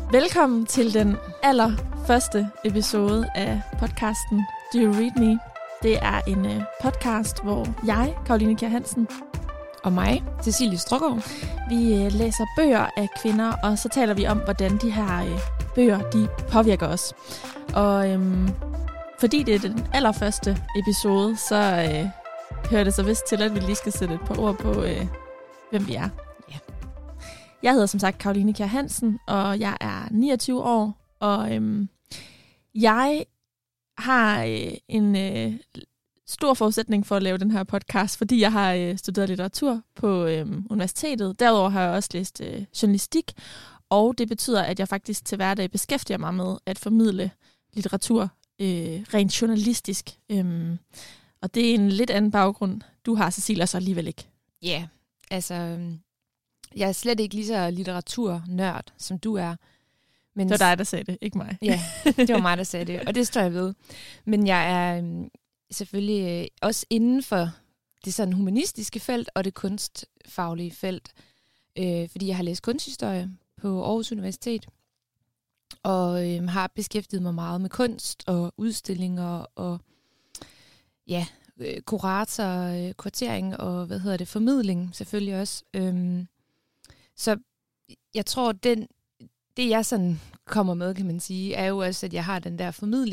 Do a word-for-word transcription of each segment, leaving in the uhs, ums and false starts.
Velkommen til den allerførste episode af podcasten Do You Read Me? Det er en uh, podcast, hvor jeg, Caroline Kjær Hansen, og mig, Cecilie Strøgaard, vi uh, læser bøger af kvinder, og så taler vi om, hvordan de her uh, bøger de påvirker os. Og um, fordi det er den allerførste episode, så uh, hører det så vist til, at vi lige skal sætte et par ord på, uh, hvem vi er. Ja. Jeg hedder som sagt Caroline Kjær Hansen, og jeg er niogtyve år, og øhm, jeg har øh, en øh, stor forudsætning for at lave den her podcast, fordi jeg har øh, studeret litteratur på øh, universitetet. Derudover har jeg også læst øh, journalistik, og det betyder, at jeg faktisk til hverdag beskæftiger mig med at formidle litteratur øh, rent journalistisk. Øhm, og det er en lidt anden baggrund, du har, Cecilia, så alligevel ikke. Ja, yeah, altså... Jeg er slet ikke lige så litteraturnørd, som du er. Men det var dig, der sagde det, ikke mig. Ja, det var mig, der sagde det, og det står jeg ved. Men jeg er øhm, selvfølgelig øh, også inden for det sådan humanistiske felt og det kunstfaglige felt, øh, fordi jeg har læst kunsthistorie på Aarhus Universitet, og øh, har beskæftiget mig meget med kunst og udstillinger og ja, øh, kurator, øh, kvartering og hvad hedder det, formidling selvfølgelig også. Øh, Så jeg tror, den, det jeg sådan kommer med, kan man sige, er jo også, at jeg har den der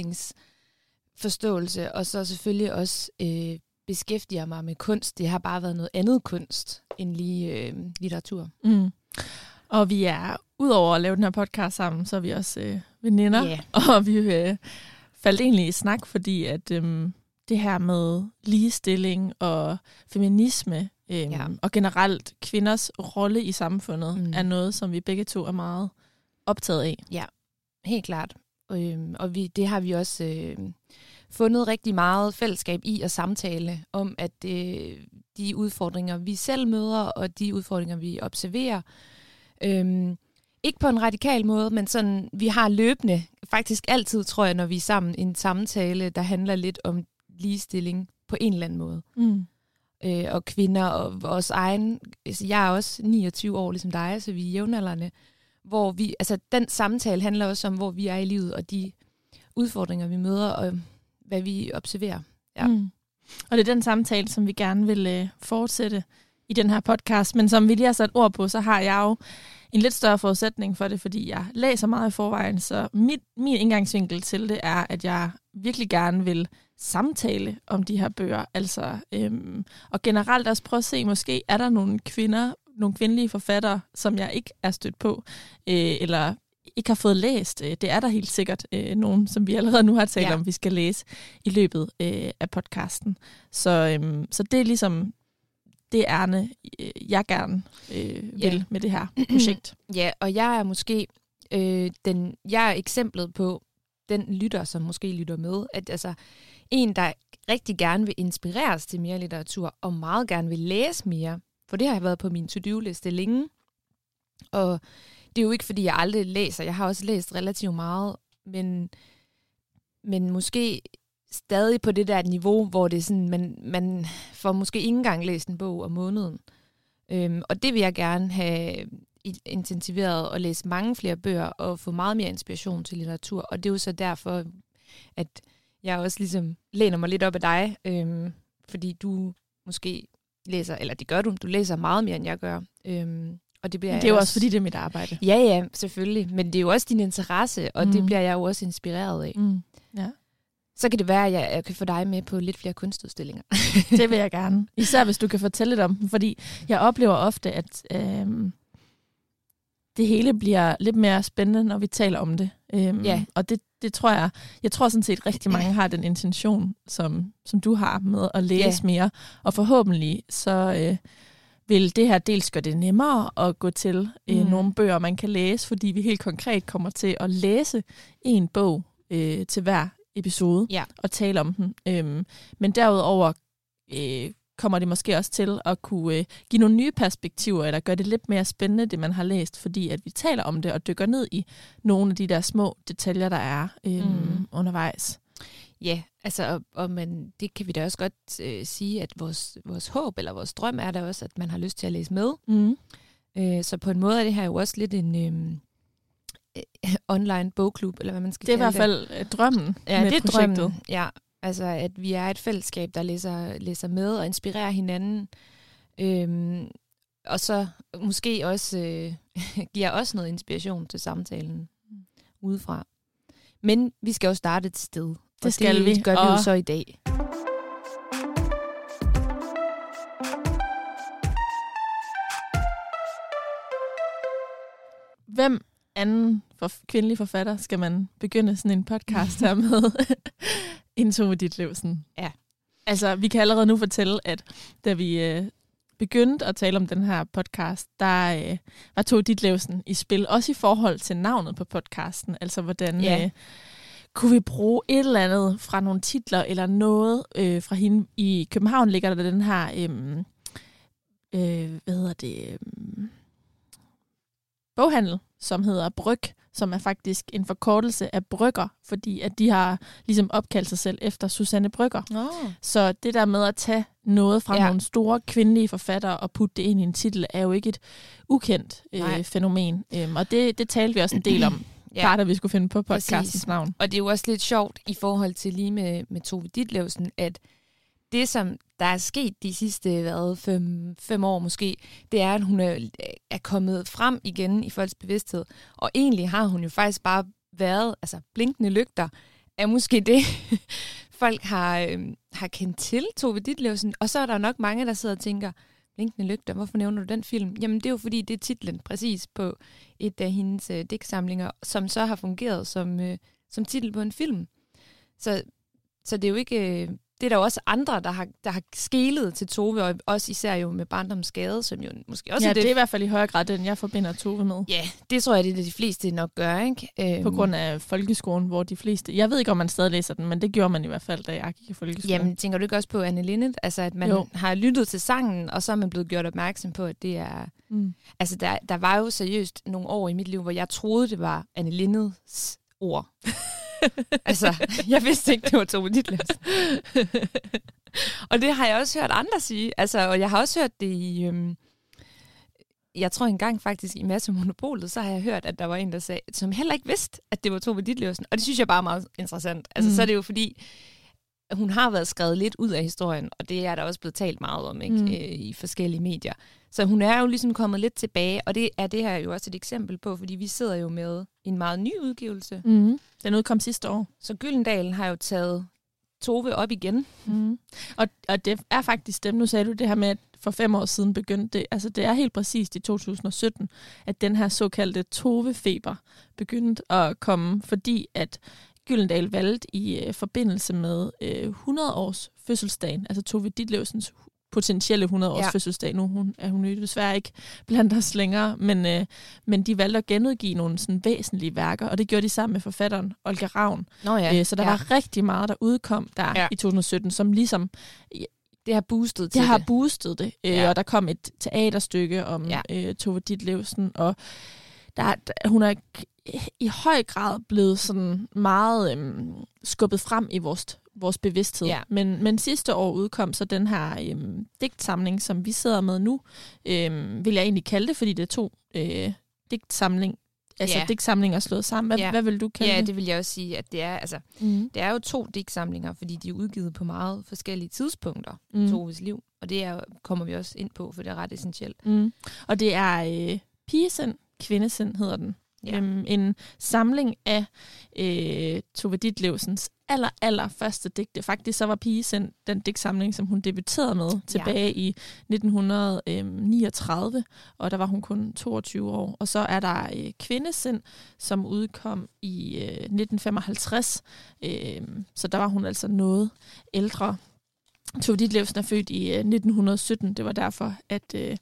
formidlingsforståelse, og så selvfølgelig også øh, beskæftiger mig med kunst. Det har bare været noget andet kunst end lige øh, litteratur. Mm. Og vi er, udover at lave den her podcast sammen, så er vi også øh, veninder, yeah. og vi øh, faldt egentlig i snak, fordi at øh, det her med ligestilling og feminisme, Øhm, ja. og generelt kvinders rolle i samfundet mm. er noget, som vi begge to er meget optaget af. Ja, helt klart. Og, øhm, og vi, det har vi også øh, fundet rigtig meget fællesskab i at samtale om, at øh, de udfordringer, vi selv møder, og de udfordringer, vi observerer, øh, ikke på en radikal måde, men sådan, vi har løbende, faktisk altid, tror jeg, når vi er sammen, en samtale, der handler lidt om ligestilling på en eller anden måde. Mm. Og kvinder og vores egen, altså jeg er også niogtyve år ligesom dig, så vi er jævnaldrende, hvor vi, altså den samtale handler også om, hvor vi er i livet, og de udfordringer, vi møder, og hvad vi observerer. Ja. Mm. Og det er den samtale, som vi gerne vil øh, fortsætte i den her podcast, men som vi lige har sat ord på, så har jeg jo en lidt større forudsætning for det, fordi jeg læser meget i forvejen, så mit, min indgangsvinkel til det er, at jeg virkelig gerne vil samtale om de her bøger, altså øhm, og generelt også prøve at se, måske er der nogle kvinder, nogle kvindelige forfattere, som jeg ikke er stødt på, øh, eller ikke har fået læst. Det er der helt sikkert øh, nogen, som vi allerede nu har talt ja. om, vi skal læse i løbet øh, af podcasten. Så, øhm, så det er ligesom det ærne, jeg gerne øh, vil ja. med det her projekt. Ja, og jeg er måske øh, den, jeg er eksemplet på den lytter, som måske lytter med, at altså en, der rigtig gerne vil inspireres til mere litteratur, og meget gerne vil læse mere, for det har været på min to-do-liste længe. Og det er jo ikke, fordi jeg aldrig læser. Jeg har også læst relativt meget, men, men måske stadig på det der niveau, hvor det er sådan, man, man får måske ikke engang læst en bog om måneden. Øhm, og det vil jeg gerne have intensiveret og læse mange flere bøger og få meget mere inspiration til litteratur. Og det er jo så derfor, at jeg også ligesom læner mig lidt op af dig, øhm, fordi du måske læser, eller det gør du, du læser meget mere, end jeg gør. Øhm, og det, bliver det er jo også, også, fordi det er mit arbejde. Ja, ja, selvfølgelig. Men det er jo også din interesse, og mm. det bliver jeg jo også inspireret af. Mm. Ja. Så kan det være, at jeg kan få dig med på lidt flere kunstudstillinger. Det vil jeg gerne. Især hvis du kan fortælle lidt om dem, fordi jeg oplever ofte, at øhm, det hele bliver lidt mere spændende, når vi taler om det. Øhm, ja. Og det, det tror jeg, jeg tror sådan set rigtig mange har den intention, som, som du har med at læse ja. mere. Og forhåbentlig så øh, vil det her dels gøre det nemmere at gå til øh, mm. nogle bøger, man kan læse, fordi vi helt konkret kommer til at læse en bog øh, til hver episode ja. og tale om den. Øhm, men derudover øh, kommer det måske også til at kunne øh, give nogle nye perspektiver, eller gøre det lidt mere spændende, det man har læst, fordi at vi taler om det og dykker ned i nogle af de der små detaljer, der er øh, mm. undervejs. Ja, altså, og, og man, det kan vi da også godt øh, sige, at vores, vores håb eller vores drøm er da også, at man har lyst til at læse med. Mm. Øh, så på en måde er det her jo også lidt en, øh, øh, online bogklub, eller hvad man skal det er kalde i hvert fald det. drømmen ja, med det er projektet. Drømmen. Ja, altså at vi er et fællesskab, der læser, læser med og inspirerer hinanden. Øhm, og så måske også øh, giver os noget inspiration til samtalen mm. udefra. Men vi skal jo starte et sted. Det og skal det vi. gør og vi jo så i dag. Hvem anden for kvindelig forfatter skal man begynde sådan en podcast her med? End Tove Ditlevsen. Ja. Altså, vi kan allerede nu fortælle, at da vi øh, begyndte at tale om den her podcast, der øh, var Tove Ditlevsen i spil. Også i forhold til navnet på podcasten. Altså, hvordan ja. øh, kunne vi bruge et eller andet fra nogle titler eller noget øh, fra hende. I København ligger der den her, øh, øh, hvad hedder det... Øh, boghandel, som hedder Bryg, som er faktisk en forkortelse af Brygger, fordi at de har ligesom opkaldt sig selv efter Susanne Brygger. Oh. Så det der med at tage noget fra ja. nogle store kvindelige forfattere og putte det ind i en titel, er jo ikke et ukendt øh, fænomen. Øhm, og det, det talte vi også en del om, ja. bare da vi skulle finde på podcastens navn. Og det er jo også lidt sjovt i forhold til lige med, med Tove Ditlevsen, at det, som der er sket de sidste hvad, fem, fem år måske, det er, at hun er, er kommet frem igen i folks bevidsthed. Og egentlig har hun jo faktisk bare været, altså blinkende lygter, er måske det, folk har, øh, har kendt til Tove Ditlevsen. Og så er der nok mange, der sidder og tænker, blinkende lygter, hvorfor nævner du den film? Jamen det er jo fordi, det er titlen præcis på et af hendes øh, digtsamlinger, som så har fungeret som, øh, som titel på en film. Så, så det er jo ikke... Øh, Det er der jo også andre, der har, der har skelet til Tove, og også især jo med Barndomsgade, som jo måske også ja, er det... det er i hvert fald i højere grad den, jeg forbinder Tove med. Ja, det tror jeg, det er det, de fleste nok gør, ikke? På grund af folkeskolen, hvor de fleste... Jeg ved ikke, om man stadig læser den, men det gjorde man i hvert fald, da jeg gik i folkeskolen. Jamen, tænker du ikke også på Anne Linnet? Altså, at man jo. har lyttet til sangen, og så er man blevet gjort opmærksom på, at det er... Mm. Altså, der, der var jo seriøst nogle år i mit liv, hvor jeg troede, det var Anne Linnets ord. Altså, jeg vidste ikke, det var Tove Ditlevsen. Og det har jeg også hørt andre sige. Altså, og jeg har også hørt det i... Øhm, jeg tror engang faktisk i Mads og Monopolet, så har jeg hørt, at der var en, der sagde, som heller ikke vidste, at det var Tove Ditlevsen. Og det synes jeg bare er meget interessant. Altså, mm. så er det jo fordi, hun har været skrevet lidt ud af historien, og det er der også blevet talt meget om, ikke? Mm. Øh, i forskellige medier. Så hun er jo ligesom kommet lidt tilbage, og det er det her jo også et eksempel på, fordi vi sidder jo med en meget ny udgivelse. Mm. Den udkom sidste år. Så Gyldendal har jo taget Tove op igen. Mm. Og, og det er faktisk dem, nu sagde du det her med, at for fem år siden begyndte det, altså det er helt præcist i to tusind og sytten, at den her såkaldte Tove-feber begyndte at komme, fordi at Gyldendal valgte i øh, forbindelse med øh, hundrede års fødselsdagen, altså Tove Ditlevsens potentielle hundrede års ja. fødselsdag. Nu hun, er hun jo desværre ikke blandt os længere, men, øh, men de valgte at genudgive nogle sådan væsentlige værker, og det gjorde de sammen med forfatteren Olga Ravn. Nå ja. øh, så der ja. var rigtig meget, der udkom der ja. i to tusind og sytten, som ligesom... Det har boostet til det. har det. boostet det, øh, ja. og der kom et teaterstykke om ja. øh, Tove Ditlevsen, og der, der, hun er i høj grad blevet sådan meget øhm, skubbet frem i vores, vores bevidsthed. Ja. Men, men sidste år udkom så den her øhm, digtsamling, som vi sidder med nu, øhm, vil jeg egentlig kalde det, fordi det er to øh, digtsamling, altså ja. digtsamlinger slået sammen. Hvad, ja. hvad vil du kalde ja, det? Ja, det vil jeg også sige, at det er, altså, mm. det er jo to digtsamlinger, fordi de er udgivet på meget forskellige tidspunkter i mm. Toves liv. Og det er, kommer vi også ind på, for det er ret essentielt. Mm. Og det er øh, Pigesind, Kvindesind hedder den. Ja. Øhm, en samling af øh, Tove Ditlevsens aller, aller første digte. Faktisk så var Pigesind den digtsamling, som hun debuterede med tilbage ja. i nitten niogtredive, og der var hun kun toogtyve år. Og så er der øh, Kvindesind, som udkom i øh, nitten femoghalvtreds, øh, så der var hun altså noget ældre. Tove Ditlevsen er født i øh, nitten sytten, det var derfor, at... Øh,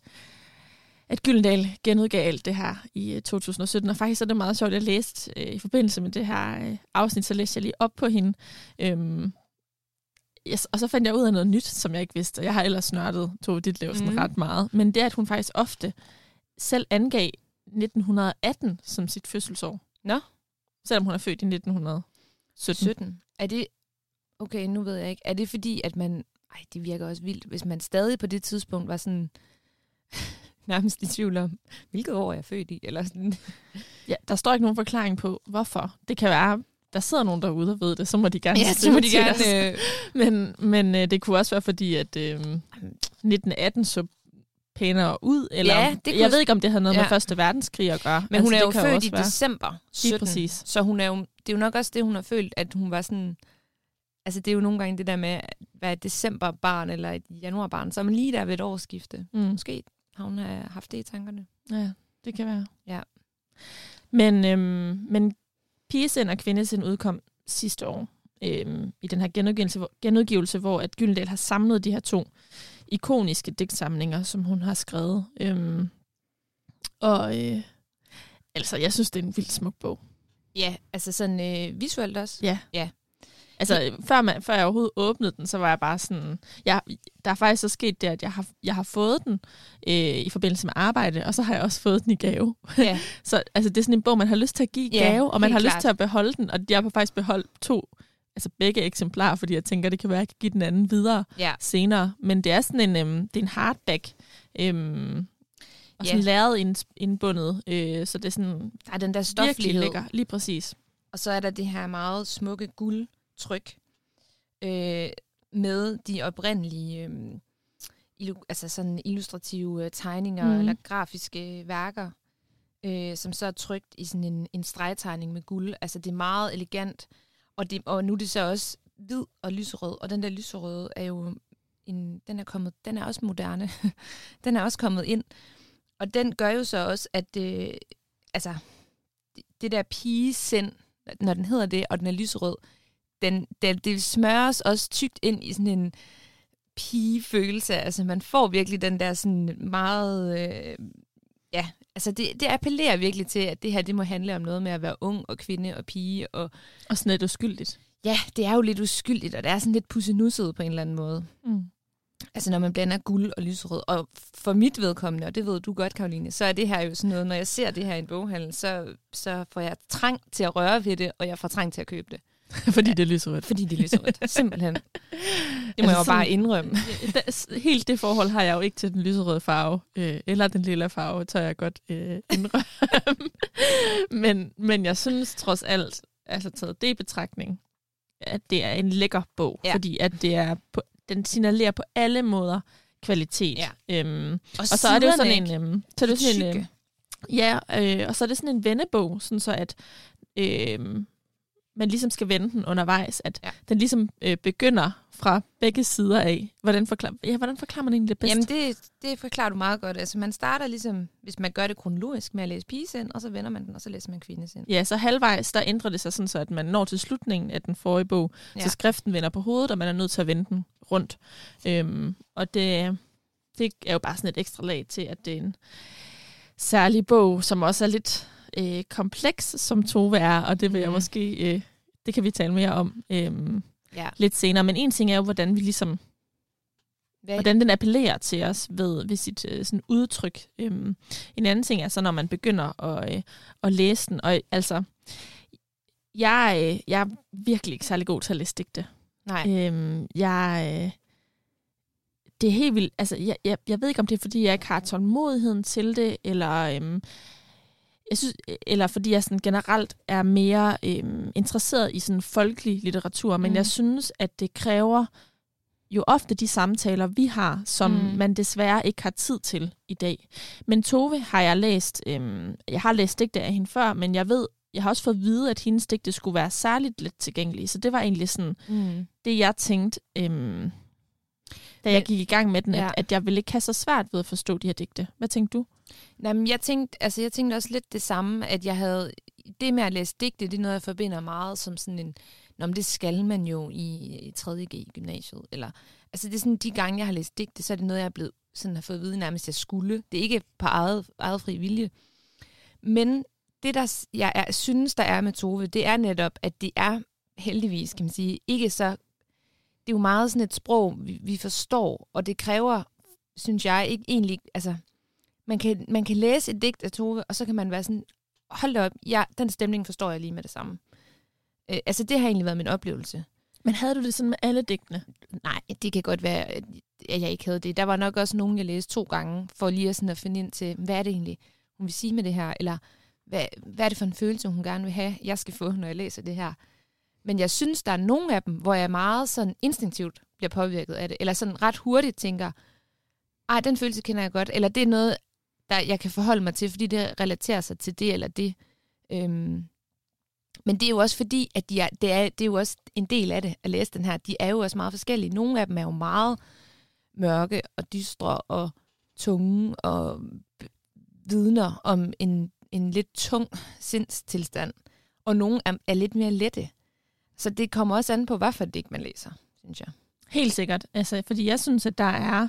at Gyldendal genudgav alt det her i uh, to tusind og sytten, og faktisk er det meget sjovt, jeg læste uh, i forbindelse med det her uh, afsnit, så læste jeg lige op på hende. Um, yes, og så fandt jeg ud af noget nyt, som jeg ikke vidste, og jeg har ellers nørdet Tove Ditlevsen mm. ret meget, men det er, at hun faktisk ofte selv angav nitten atten som sit fødselsår. Nå? Selvom hun er født i nitten sytten. sytten. Er det, okay, nu ved jeg ikke, er det fordi, at man, ej, det virker også vildt, hvis man stadig på det tidspunkt var sådan... nærmest i tvivl om, hvilket år jeg er født i. Eller sådan. Ja, der står ikke nogen forklaring på, hvorfor. Det kan være, der sidder nogen derude og ved det, så må de gerne ja, så må de gerne. Øh... Men, men øh, det kunne også være fordi, at øh, nitten atten så pænere ud. Eller, ja, det kunne... Jeg ved ikke, om det havde noget ja. med første verdenskrig at gøre. Men altså, hun er jo født i være. december sytten. Præcis. Så hun er jo, det er jo nok også det, hun har følt, at hun var sådan... Altså, det er jo nogle gange det der med at være et decemberbarn eller et januarbarn, så er man lige der ved et årsskifte. Mm. Måske har hun haft det i tankerne. Ja, det kan være. Ja. Men, øhm, men Pigesind og Kvindesind udkom sidste år øhm, i den her genudgivelse, genudgivelse, hvor at Gyldendal har samlet de her to ikoniske digtsamlinger, som hun har skrevet. Øhm, og øh, altså, jeg synes, det er en vildt smuk bog. Ja, altså sådan øh, visuelt også. Ja. Ja. Altså, før, man, før jeg overhovedet åbnede den, så var jeg bare sådan... Jeg, der er faktisk så sket det, at jeg har, jeg har fået den øh, i forbindelse med arbejde, og så har jeg også fået den i gave. Ja. Så altså, det er sådan en bog, man har lyst til at give i ja, gave, og man har klart. lyst til at beholde den, og jeg har faktisk beholdt to, altså begge eksemplarer, fordi jeg tænker, det kan være, at jeg kan give den anden videre ja. senere. Men det er sådan en, øhm, det er en hardback, øhm, og sådan ja. lavet ind, indbundet, øh, så det er sådan... Der er den der stoflighed. Lækker, lige præcis. Og så er der det her meget smukke guld, tryk øh, med de oprindelige øh, illu- altså sådan illustrative øh, tegninger mm. eller grafiske værker, øh, som så er trykt i sådan en, en stregtegning med guld. Altså det er meget elegant, og, det, og nu er det så også hvid og lyserød, og den der lyserøde er jo en, den er kommet, den er også moderne. Den er også kommet ind, og den gør jo så også, at øh, altså det, det der pigesind, når den hedder det, og den er lyserød, Den, det, det smøres også tykt ind i sådan en pigefølelse. Altså, man får virkelig den der sådan meget... Øh, ja, altså det, det appellerer virkelig til, at det her, det må handle om noget med at være ung og kvinde og pige. Og, og sådan lidt uskyldigt. Ja, det er jo lidt uskyldigt, og det er sådan lidt pussenusset på en eller anden måde. Mm. Altså, når man blander guld og lyserød. Og for mit vedkommende, og det ved du godt, Karoline, så er det her jo sådan noget, når jeg ser det her i en boghandel, så, så får jeg trang til at røre ved det, og jeg får trang til at købe det. Fordi det er lyserødt. Fordi det er lyserødt. Simpelthen. Det må altså jeg jo bare indrømme. Helt det forhold har jeg jo ikke til den lyserøde farve. Øh, eller den lilla farve, tør jeg godt øh, indrømme. men, men jeg synes trods alt, altså taget det i betragtning, at det er en lækker bog. Ja. Fordi at det er på, den signalerer på alle måder kvalitet. Ja. Øhm, og, og så er det jo sådan en... Øhm, så er det sådan en øhm, ja, øh, og så er det sådan en vennebog, sådan så at... Øh, man ligesom skal vende den undervejs, at ja. den ligesom øh, begynder fra begge sider af. Hvordan forklarer, ja, hvordan forklarer man egentlig det bedst? Jamen, det, det forklarer du meget godt. Altså, man starter ligesom, hvis man gør det kronologisk, med at læse pigesind, og så vender man den, og så læser man kvindesind. Ja, så halvvejs, der ændrer det sig sådan, så at man når til slutningen af den forrige bog, ja. så skriften vender på hovedet, og man er nødt til at vende den rundt. Øhm, og det, det er jo bare sådan et ekstra lag til, at det er en særlig bog, som også er lidt... Øh, kompleks, som Tove er, og det vil jeg måske, øh, det kan vi tale mere om øh, ja. lidt senere. Men en ting er jo, hvordan vi ligesom, Hvad? hvordan den appellerer til os ved, ved sit øh, sådan udtryk. Øh, en anden ting er så, når man begynder at, øh, at læse den. Og altså, jeg, øh, jeg er virkelig ikke særlig god til at læse digte. Nej. Øh, jeg... Øh, det er helt vildt. Altså, jeg, jeg, jeg ved ikke, om det er, fordi jeg ikke har tålmodigheden til det, eller... Øh, Jeg synes, eller fordi jeg sådan generelt er mere øhm, interesseret i sådan folkelig litteratur, men mm. jeg synes, at det kræver jo ofte de samtaler, vi har, som mm. man desværre ikke har tid til i dag. Men Tove har jeg læst, øhm, jeg har læst digte af hende før, men jeg ved, jeg har også fået at vide, at hendes digte skulle være særligt let tilgængelige. Så det var egentlig sådan mm. det, jeg tænkte, øhm, da jeg gik i gang med den, ja. at, at jeg ville ikke have så svært ved at forstå de her digte. Hvad tænkte du? Jamen, jeg tænkte, altså, jeg tænkte også lidt det samme, at jeg havde... Det med at læse digte, det er noget, jeg forbinder meget som sådan en... Nå, men det skal man jo i, i tredje G i gymnasiet. Eller, altså, det er sådan, de gange, jeg har læst digte, så er det noget, jeg er blevet sådan, har fået at vide nærmest, jeg skulle. Det er ikke på eget, eget fri vilje. Men det, der jeg er, synes, der er med Tove, det er netop, at det er heldigvis, kan man sige, ikke så... Det er jo meget sådan et sprog, vi, vi forstår, og det kræver, synes jeg, ikke egentlig... Altså, Man kan, man kan læse et digt af Tove, og så kan man være sådan, hold da op, ja, den stemning forstår jeg lige med det samme. Øh, altså, det har egentlig været min oplevelse. Men havde du det sådan med alle digtene? Nej, det kan godt være, at jeg ikke havde det. Der var nok også nogen, jeg læste to gange, for lige at, sådan at finde ind til, hvad er det egentlig, hun vil sige med det her, eller hvad, hvad er det for en følelse, hun gerne vil have, jeg skal få, når jeg læser det her. Men jeg synes, der er nogle af dem, hvor jeg meget sådan instinktivt bliver påvirket af det, eller sådan ret hurtigt tænker, ej, den følelse kender jeg godt, eller det er noget, der jeg kan forholde mig til, fordi det relaterer sig til det eller det. Øhm, men det er jo også fordi, at de er, det, er, det er jo også en del af det, at læse den her. De er jo også meget forskellige. Nogle af dem er jo meget mørke og dystre og tunge og vidner om en, en lidt tung sindstilstand. Og nogle er, er lidt mere lette. Så det kommer også an på, hvad for digt man læser, synes jeg. Helt sikkert. Altså, fordi jeg synes, at der er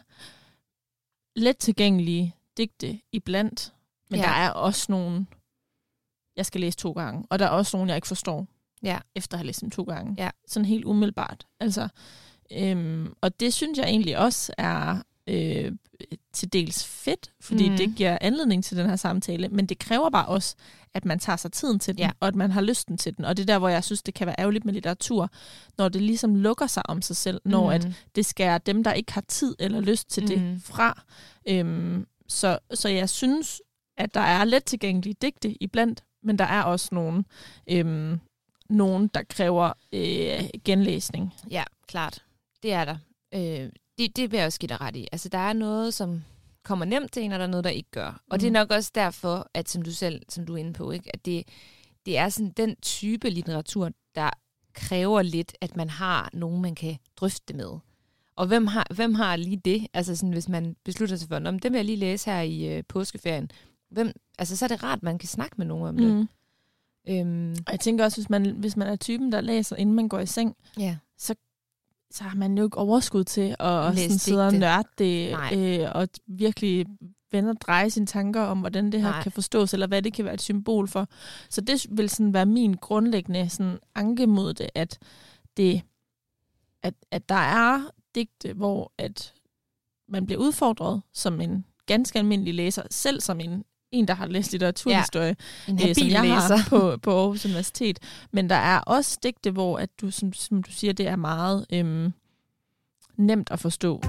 let tilgængelige digte iblandt, men ja. Der er også nogle, jeg skal læse to gange, og der er også nogle, jeg ikke forstår, ja. Efter at have læst dem to gange. Ja. Sådan helt umiddelbart. Altså, øhm, og det synes jeg egentlig også er øh, til dels fedt, fordi mm. det giver anledning til den her samtale, men det kræver bare også, at man tager sig tiden til den, ja. Og at man har lysten til den. Og det er der, hvor jeg synes, det kan være ærgerligt med litteratur, når det ligesom lukker sig om sig selv, når mm. at det skærer dem, der ikke har tid eller lyst til mm. det fra. Øhm, så, så jeg synes, at der er let tilgængelige digte iblandt, men der er også nogle, øhm, nogle der kræver øh, genlæsning. Ja, klart. Det er der. Øh, det, det vil jeg også give dig ret i. Altså, der er noget, som kommer nemt til en, og der er noget, der ikke gør. Og mm. det er nok også derfor, at som du selv, som du er inde på, ikke, at det, det er sådan den type litteratur, der kræver lidt, at man har nogen, man kan drøfte det med. Og hvem har, hvem har lige det? Altså sådan, hvis man beslutter sig for, om det vil jeg lige læse her i øh, påskeferien. Hvem, altså, så er det rart, at man kan snakke med nogen om det. Mm. Øhm. Og jeg tænker også, hvis man, hvis man er typen, der læser, inden man går i seng, ja. så så har man jo ikke overskud til at sådan sidde og nørde det, øh, og virkelig vende og dreje sine tanker om, hvordan det her Nej. Kan forstås, eller hvad det kan være et symbol for. Så det vil sådan være min grundlæggende sådan anke mod det, at, det, at, at der er digte, hvor at man bliver udfordret som en ganske almindelig læser, selv som en, en der har læst litteraturhistorie, ja, øh, som jeg læser. har på, på Aarhus Universitet. Men der er også digte, hvor at du, som, som du siger, det er meget øhm, nemt at forstå.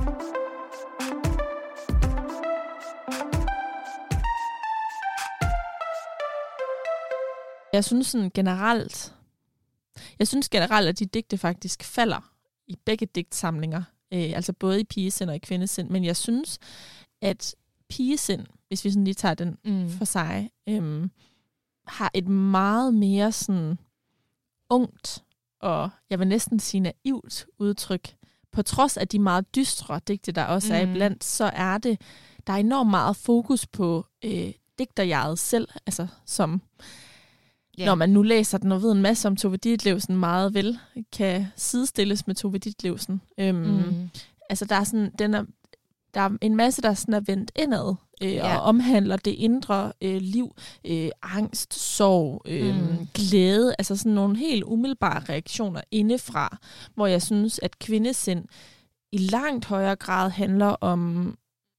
Jeg synes sådan generelt, jeg synes generelt, at de digte faktisk falder i begge digtsamlinger. Øh, altså både i pigesind og i kvindesind. Men jeg synes, at pigesind, hvis vi sådan lige tager den mm. for sig, øhm, har et meget mere sådan ungt og jeg vil næsten sige naivt udtryk. På trods af de meget dystre digte, der også mm. er iblandt, så er det, der er enormt meget fokus på øh, digterjeget selv, altså som, yeah. når man nu læser den og ved en masse om Tove Ditlevsen, meget vel kan sidestilles med Tove Ditlevsen. Øhm, mm. Altså der er sådan, den er, der er en masse, der sådan er vendt indad, øh, ja. og omhandler det indre øh, liv, øh, angst, sorg, øh, mm. glæde, altså sådan nogle helt umiddelbare reaktioner indefra, hvor jeg synes, at kvindesind i langt højere grad handler om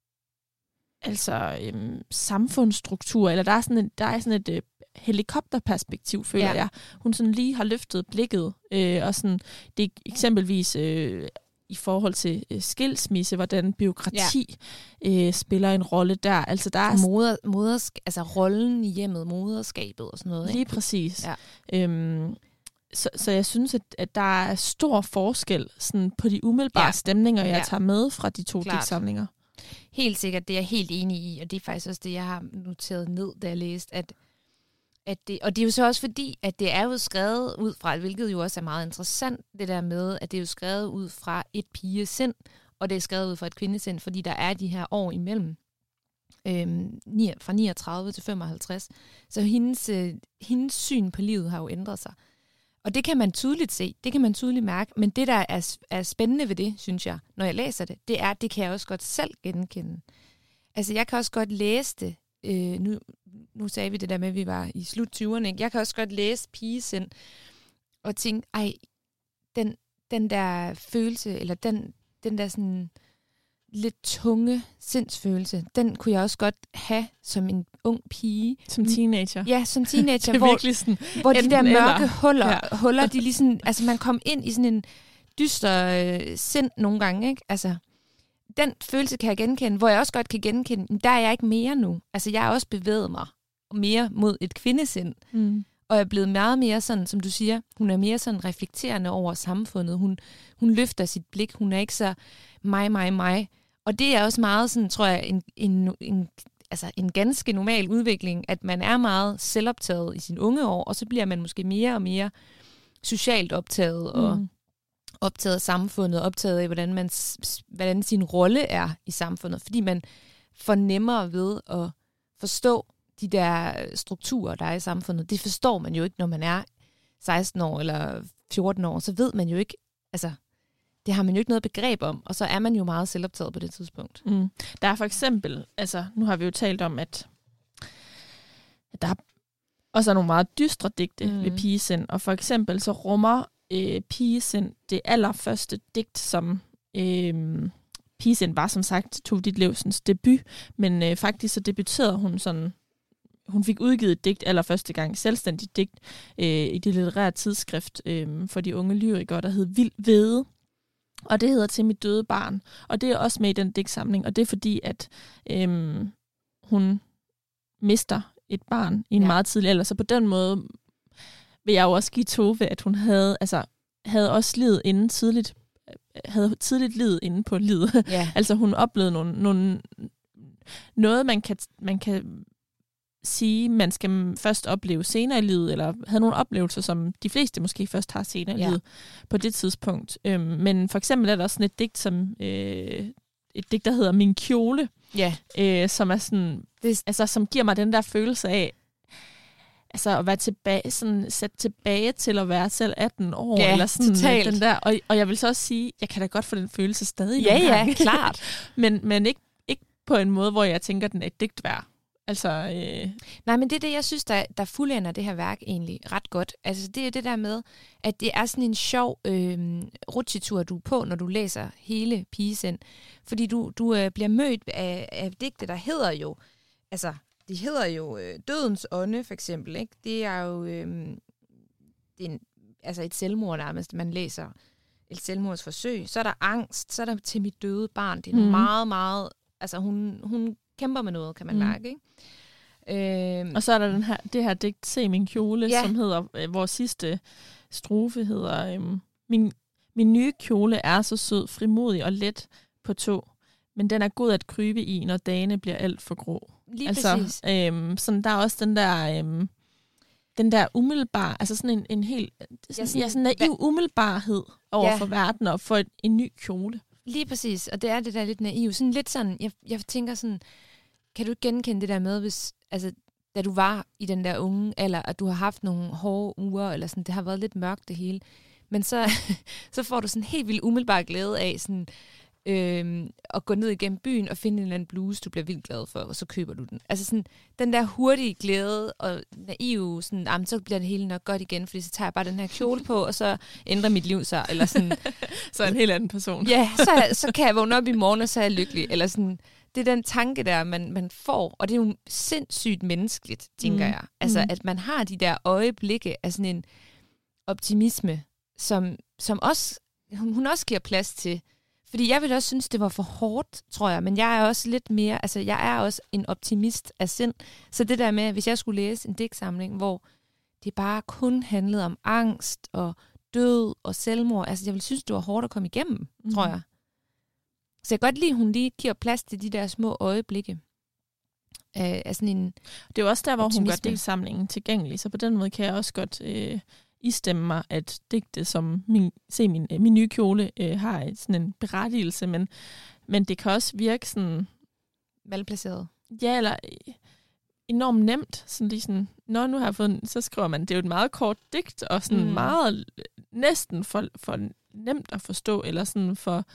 altså øh, samfundsstruktur, eller der er sådan, en, der er sådan et øh, helikopterperspektiv, føler ja. jeg. Hun sådan lige har løftet blikket, øh, og sådan, det er eksempelvis øh, i forhold til øh, skilsmisse, hvordan byråkrati ja. øh, spiller en rolle der. Altså der er Moder, modersk, altså rollen i hjemmet, moderskabet og sådan noget. Lige ikke? Præcis. Ja. Øhm, så, så jeg synes, at, at der er stor forskel sådan, på de umiddelbare ja. stemninger, jeg ja. tager med fra de to digtsamlinger. Helt sikkert, det er jeg helt enig i, og det er faktisk også det, jeg har noteret ned, da jeg læste, at At det, og det er jo så også fordi, at det er jo skrevet ud fra, hvilket jo også er meget interessant, det der med, at det er jo skrevet ud fra et pigesind, og det er skrevet ud fra et kvindesind, fordi der er de her år imellem, øhm, fra niogtredive til femoghalvtreds. Så hendes, øh, hendes syn på livet har jo ændret sig. Og det kan man tydeligt se, det kan man tydeligt mærke, men det, der er, er spændende ved det, synes jeg, når jeg læser det, det er, at det kan jeg også godt selv genkende. Altså, jeg kan også godt læse det. Øh, nu, nu sagde vi det der med, at vi var i slut tyverne. Ikke? Jeg kan også godt læse pigesind og tænke, ej, den, den der følelse, eller den, den der sådan lidt tunge sindsfølelse, den kunne jeg også godt have som en ung pige. Som teenager. Ja, som teenager, det er hvor, sådan, hvor de der mørke eller. huller, ja. huller, de ligesom, altså man kom ind i sådan en dyster øh, sind nogle gange, ikke? Altså, den følelse kan jeg genkende, hvor jeg også godt kan genkende, der er jeg ikke mere nu. Altså, jeg har også bevæget mig mere mod et kvindesind. Mm. Og er blevet meget mere sådan, som du siger, hun er mere sådan reflekterende over samfundet. Hun, hun løfter sit blik. Hun er ikke så mig, mig, mig. Og det er også meget sådan, tror jeg, en, en, en, altså en ganske normal udvikling, at man er meget selvoptaget i sine unge år, og så bliver man måske mere og mere socialt optaget, og mm. optaget af samfundet, optaget af, hvordan, man, hvordan sin rolle er i samfundet, fordi man får nemmere ved at forstå de der strukturer, der er i samfundet. Det forstår man jo ikke, når man er seksten år eller fjorten år, så ved man jo ikke, altså, det har man jo ikke noget begreb om, og så er man jo meget selvoptaget på det tidspunkt. Mm. Der er for eksempel, altså, nu har vi jo talt om, at, at der også er nogle meget dystre digte mm. ved Pigesind, og for eksempel så rummer øh, Pigesind det allerførste digt, som øh, Pigesind var som sagt Tove Ditlevsens debut, men øh, faktisk så debuterede hun sådan, hun fik udgivet et digt allerførste gang, selvstændigt digt, øh, i det litterære tidsskrift øh, for de unge lyrikere, der hed Vild Væde. Og det hedder Til mit døde barn. Og det er også med i den digtsamling. Og det er fordi, at øh, hun mister et barn i en ja. meget tidlig alder. Så på den måde vil jeg jo også give Tove, at hun havde, altså, havde også livet inden tidligt, havde tidligt livet inde på livet. Ja. Altså hun oplevede nogle, nogle, noget, man kan, man kan sige, man skal først opleve senere i livet, eller havde nogle oplevelser, som de fleste måske først har senere i ja. livet på det tidspunkt. Øhm, men for eksempel er der også sådan et digt, som, øh, et digt, der hedder Min kjole, ja. øh, som er sådan, det, altså, som giver mig den der følelse af, altså at være tilbage, sådan sat tilbage til at være selv atten år, ja, eller sådan totalt. Den der, og, og jeg vil så også sige, jeg kan da godt få den følelse stadig. Ja, ja, klart. men men ikke, ikke på en måde, hvor jeg tænker, den er et digt værd. Altså, øh... Nej, men det er det, jeg synes, der, der fuldender det her værk egentlig ret godt. Altså, det er det der med, at det er sådan en sjov øh, rutsjetur, du er på, når du læser hele Pigesind. Fordi du, du øh, bliver mødt af, af digte, der hedder jo, altså, de hedder jo øh, Dødens ånde, for eksempel, ikke? Det er jo øh, det er en, altså et selvmord nærmest, man læser et selvmordsforsøg. Så er der angst, så er der Til mit døde barn. Det er mm. meget, meget, altså hun, hun kæmper med noget, kan man mm. mærke, ikke? Øhm, og så er der den her, det her digt, Se min kjole, ja. som hedder, øh, vores sidste strofe hedder, øh, min, min nye kjole er så sød, frimodig og let på tå, men den er god at krybe i, når dagene bliver alt for grå. Lige altså, præcis. Øh, sådan, der er også den der, øh, den der umiddelbar, altså sådan en, en helt, sådan, ja, sådan, ja, sådan en naiv umiddelbarhed over ja. for verden og for et, en ny kjole. Lige præcis, og det er det der lidt naiv. Sådan lidt sådan, jeg, jeg tænker sådan, kan du ikke genkende det der med, hvis, altså, da du var i den der unge alder, at du har haft nogle hårde uger, eller sådan, det har været lidt mørkt det hele, men så, så får du sådan helt vildt umiddelbar glæde af sådan, øh, at gå ned igennem byen og finde en eller anden bluse, du bliver vildt glad for, og så køber du den. Altså sådan, den der hurtige glæde og naive, sådan, jamen, så bliver det hele nok godt igen, fordi så tager jeg bare den her kjole på, og så ændrer mit liv sig, eller sådan. Så er en helt anden person. Ja, så, så kan jeg vågne op i morgen, og så er jeg lykkelig, eller sådan. Det er den tanke der, man, man får, og det er jo sindssygt menneskeligt, tænker mm. jeg. Altså, mm. at man har de der øjeblikke af sådan en optimisme, som, som også, hun også giver plads til. Fordi jeg ville også synes, det var for hårdt, tror jeg, men jeg er også lidt mere, altså jeg er også en optimist af sind. Så det der med, hvis jeg skulle læse en digtsamling, hvor det bare kun handlede om angst og død og selvmord, altså jeg ville synes, det var hårdt at komme igennem, mm. tror jeg. Så jeg kan godt lide, at hun lige giver plads til de der små øjeblikke. Øh, af sådan en det er jo også der, hvor optimisme. Hun gør digtsamlingen tilgængelig, så på den måde kan jeg også godt øh, istemme mig, at digte som min, se min, øh, min nye kjole øh, har sådan en berettigelse, men, men det kan også virke sådan malplaceret. Ja, eller øh, enormt nemt. Sådan lige sådan, når nu har jeg fået en, så skriver man, det er jo et meget kort digt, og sådan mm. meget næsten for, for nemt at forstå, eller sådan for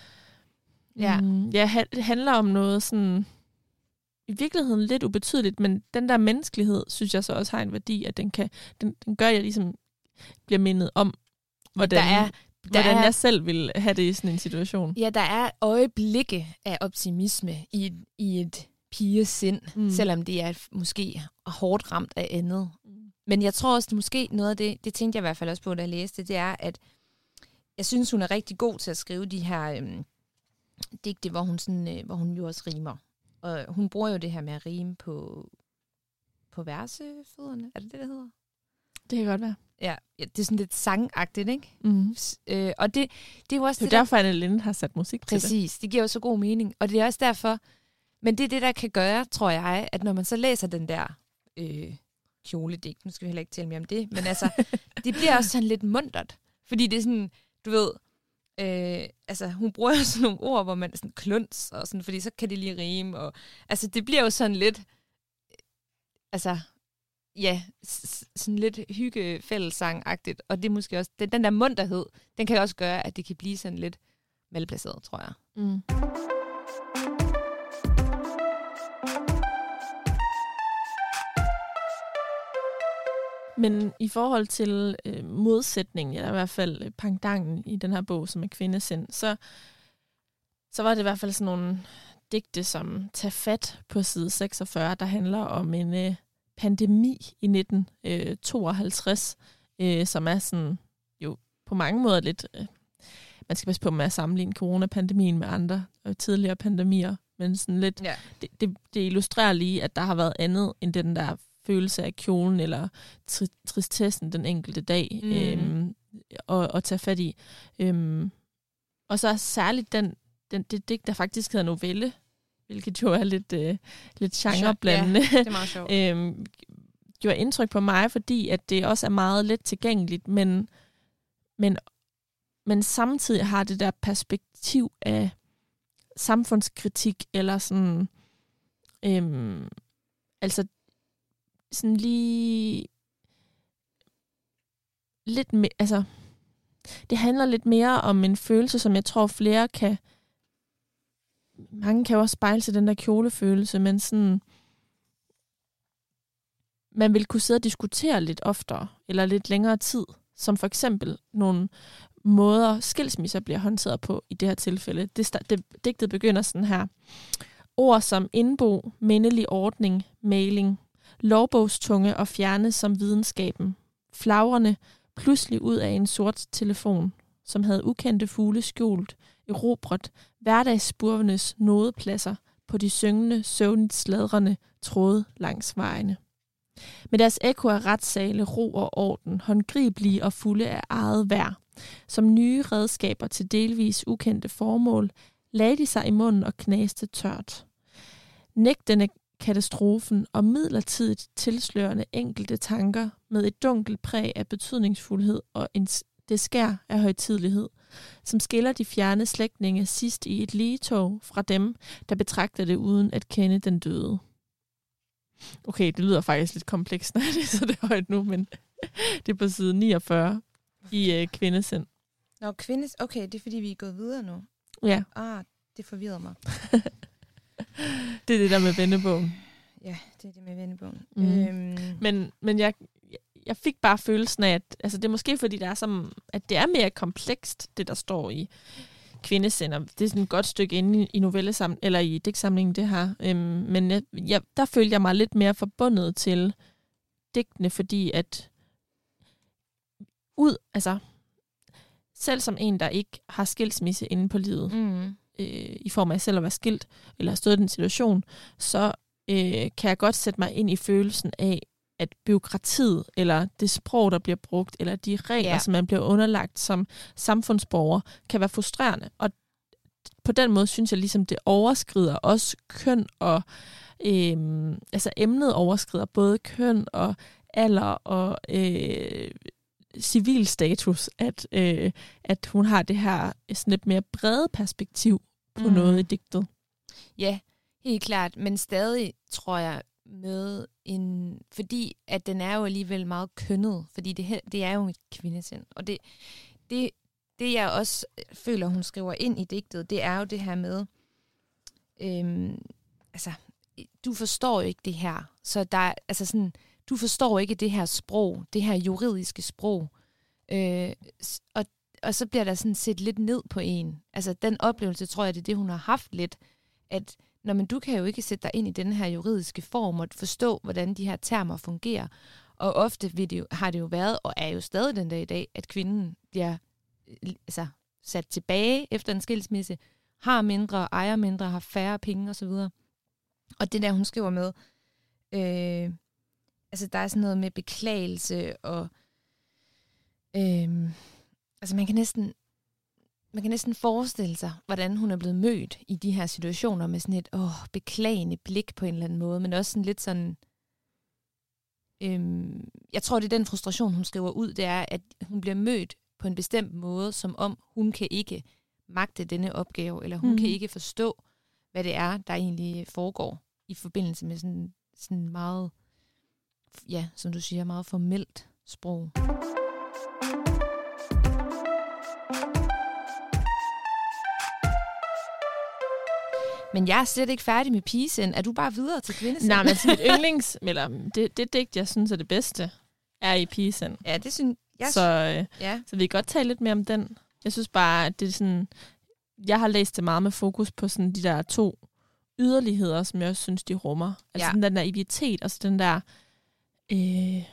Ja. Mm, ja, det handler om noget sådan i virkeligheden lidt ubetydeligt, men den der menneskelighed, synes jeg så også har en værdi, at den kan, den, den gør, at jeg ligesom bliver mindet om, hvordan, der er, der hvordan er, jeg selv vil have det i sådan en situation. Ja, der er øjeblikke af optimisme i, i et pigesind, mm. selvom det er måske hårdt ramt af andet. Mm. Men jeg tror også, det måske noget af det, det tænkte jeg i hvert fald også på, da jeg læste, det er, at jeg synes, hun er rigtig god til at skrive de her øhm, digte, hvor hun, sådan, øh, hvor hun jo også rimer. Og hun bruger jo det her med at rime på, på versefødderne. Er det det, der hedder? Det kan godt være. Ja, ja, det er sådan lidt sangagtigt, ikke? Mm. Øh, og det, det er jo også det er det, derfor, at Anne Linde har sat musik præcis, til det. Præcis, det giver jo så god mening. Og det er også derfor, men det er det, der kan gøre, tror jeg, at når man så læser den der øh, kjoledigt, nu skal vi heller ikke tale mere om det, men altså, det bliver også sådan lidt muntert. Fordi det er sådan, du ved, øh, altså hun bruger jo sådan nogle ord, hvor man er sådan kluns, og sådan, fordi så kan det lige rime, og altså det bliver jo sådan lidt, altså, ja, sådan lidt hyggefællessang-agtigt, og det er måske også, den, den der munterhed, den kan også gøre, at det kan blive sådan lidt malplaceret, tror jeg. Mm. Men i forhold til øh, modsætningen, eller i hvert fald pangdangen i den her bog, som er Kvindesind, så, så var det i hvert fald sådan nogle digte, som tager fat på side seksogfyrre, der handler om en øh, pandemi i nitten tooghalvtreds, øh, som er sådan jo på mange måder lidt, øh, man skal passe på med at sammenligne coronapandemien med andre øh, tidligere pandemier, men sådan lidt, ja. det, det, det illustrerer lige, at der har været andet end den der følelse af kjolen eller tri- tristessen den enkelte dag mm. øhm, og, og tage fat i. Øhm, og så særligt den, den, det digt, der faktisk hedder novelle, hvilket jo er lidt, øh, lidt genreblandende. Ja, det er meget sjovt. øhm, gjorde indtryk på mig, fordi at det også er meget let tilgængeligt, men, men, men samtidig har det der perspektiv af samfundskritik, eller sådan, øhm, altså sådan lige lidt mere, altså det handler lidt mere om en følelse, som jeg tror flere kan, mange kan jo også spejle sig den der kjolefølelse, men sådan, man vil kunne sidde og diskutere lidt oftere, eller lidt længere tid, som for eksempel nogle måder skilsmisser bliver håndteret på i det her tilfælde. Det, det, digtet begynder sådan her. Ord som indbo, mindelig ordning, mailing, lovbogstunge og fjerne som videnskaben. Flagrende pludselig ud af en sort telefon, som havde ukendte fugle skjult, erobret hverdagsspurvenes nådepladser på de syngende, søvnigt sladrende tråde langs vejene. Med deres ekko af retssale, ro og orden, håndgribelige og fulde af eget værd, som nye redskaber til delvis ukendte formål, lagde de sig i munden og knaste tørt. Nægtende katastrofen og midlertidigt tilslørende enkelte tanker med et dunkelt præg af betydningsfuldhed og en det skær af højtidelighed, som skiller de fjerne slægtninge sidst i et ligetog fra dem, der betragter det uden at kende den døde. Okay, det lyder faktisk lidt komplekst, når jeg læser det højt nu, men det er på side niogfyrre i øh, Kvindesind. Nå, kvindes... Okay, det er fordi, vi er gået videre nu. Ja. Ah, det forvirrede mig. Det er det der med vendebogen. Ja, det er det med vendebogen. Mm. Øhm. Men, men jeg, jeg fik bare følelsen af, at altså det er måske fordi, der er som, at det er mere komplekst, det der står i Kvindesind. Det er sådan et godt stykke inde i, i novellesamlingen, eller i digtsamlingen, det her. Øhm, men jeg, jeg, der følte jeg mig lidt mere forbundet til digtene, fordi at ud, altså selv som en, der ikke har skilsmisse inde på livet, mm. øh, i form af selv at være skilt, eller har stået i den situation, så øh, kan jeg godt sætte mig ind i følelsen af, at byråkratiet, eller det sprog, der bliver brugt, eller de regler, ja. som man bliver underlagt som samfundsborger, kan være frustrerende. Og på den måde synes jeg ligesom, det overskrider også køn, og øh, altså emnet overskrider både køn og alder og øh, civilstatus, at, øh, at hun har det her sådan lidt mere brede perspektiv på mm. noget i digtet. Ja, helt klart, men stadig tror jeg med en, fordi at den er jo alligevel meget kønnet, fordi det, det er jo et kvindesind, og det, det, det jeg også føler, hun skriver ind i digtet, det er jo det her med, øhm, altså, du forstår jo ikke det her, så der er, altså sådan, du forstår ikke det her sprog, det her juridiske sprog, øh, og, og så bliver der sådan set lidt ned på en. Altså den oplevelse, tror jeg, det er det, hun har haft lidt, at når men du kan jo ikke sætte dig ind i den her juridiske form og forstå, hvordan de her termer fungerer. Og ofte vil det jo, har det jo været, og er jo stadig den dag i dag, at kvinden bliver altså, sat tilbage efter en skilsmisse, har mindre, ejer mindre, har færre penge osv. Og det der, hun skriver med, øh, altså der er sådan noget med beklagelse, og øh, altså man kan næsten man kan næsten forestille sig, hvordan hun er blevet mødt i de her situationer med sådan et åh, beklagende blik på en eller anden måde, men også sådan lidt sådan, øh, jeg tror, det er den frustration, hun skriver ud, det er, at hun bliver mødt på en bestemt måde, som om hun kan ikke magte denne opgave, eller hun mm. kan ikke forstå, hvad det er, der egentlig foregår i forbindelse med sådan, sådan meget, ja, som du siger, meget formelt sprog. Men jeg er slet ikke færdig med pigesind. Er du bare videre til kvindesind? Nej, men mit yndlings, eller det, det digt, jeg synes er det bedste, er i pigesind. Ja, det synes jeg. Så, øh, ja. så vi kan godt tale lidt mere om den. Jeg synes bare, at det er sådan, jeg har læst det meget med fokus på sådan de der to yderligheder, som jeg også synes, de rummer. Altså ja. Den der naivitet, og så den der øh,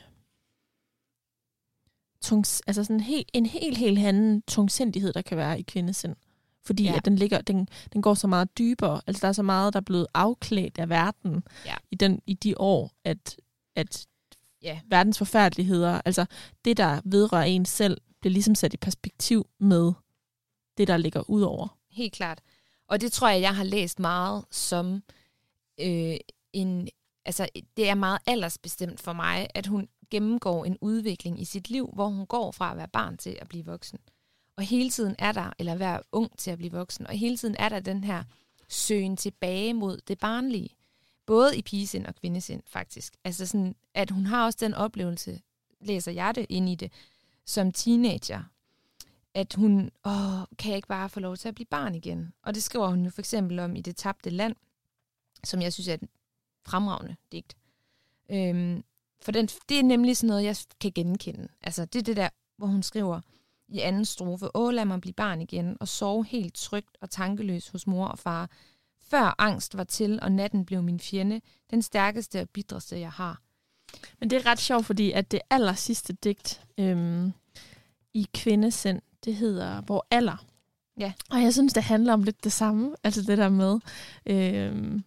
tungs, altså sådan en helt, en helt, helt anden tungsindighed, der kan være i kvindesind. Fordi ja. at den, ligger, den, den går så meget dybere. Altså der er så meget, der er blevet afklædt af verden ja. i, den, i de år, at, at ja. verdens forfærdeligheder, altså det, der vedrører en selv, bliver ligesom sat i perspektiv med det, der ligger ud over. Helt klart. Og det tror jeg, jeg har læst meget som øh, en... Altså, det er meget aldersbestemt for mig, at hun gennemgår en udvikling i sit liv, hvor hun går fra at være barn til at blive voksen. Og hele tiden er der, eller være ung til at blive voksen, og hele tiden er der den her søgen tilbage mod det barnlige. Både i pigesind og kvindesind, faktisk. Altså sådan, at hun har også den oplevelse, læser jeg det ind i det, som teenager, at hun, åh, kan jeg ikke bare få lov til at blive barn igen? Og det skriver hun jo for eksempel om i Det tabte land, som jeg synes er et fremragende digt. Øhm, for den, det er nemlig sådan noget, jeg kan genkende. Altså det er det der, hvor hun skriver i anden strofe, åh, lad mig blive barn igen, og sove helt trygt og tankeløs hos mor og far, før angst var til, og natten blev min fjende, den stærkeste og bitreste, jeg har. Men det er ret sjovt, fordi at det aller sidste digt øhm, i kvindesind, det hedder Hvor alder. Ja. Og jeg synes, det handler om lidt det samme, altså det der med, øhm,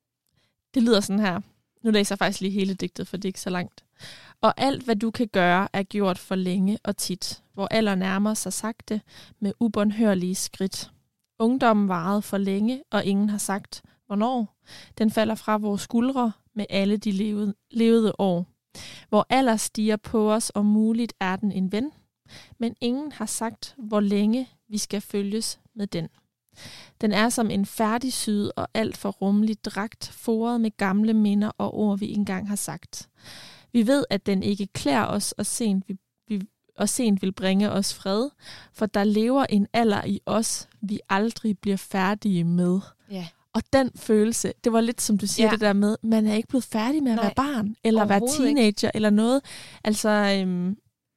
det lyder sådan her. Nu læser jeg faktisk lige hele digtet, for det er ikke så langt. Og alt, hvad du kan gøre, er gjort for længe og tit, hvor alder nærmer sig sagte med ubåndhørlige skridt. Ungdommen varede for længe, og ingen har sagt, hvornår. Den falder fra vores skuldre med alle de levede, levede år. Hvor alder stiger på os, og muligt er den en ven, men ingen har sagt, hvor længe vi skal følges med den. Den er som en færdigsyet og alt for rummelig dragt, foret med gamle minder og ord, vi engang har sagt. Vi ved, at den ikke klæder os, og sent, vi, vi, og sent vil bringe os fred, for der lever en alder i os, vi aldrig bliver færdige med. Ja. Og den følelse, det var lidt som du siger, ja. det der med, man er ikke blevet færdig med at Nej, være barn, eller være teenager, ikke. Eller noget. Altså, øhm,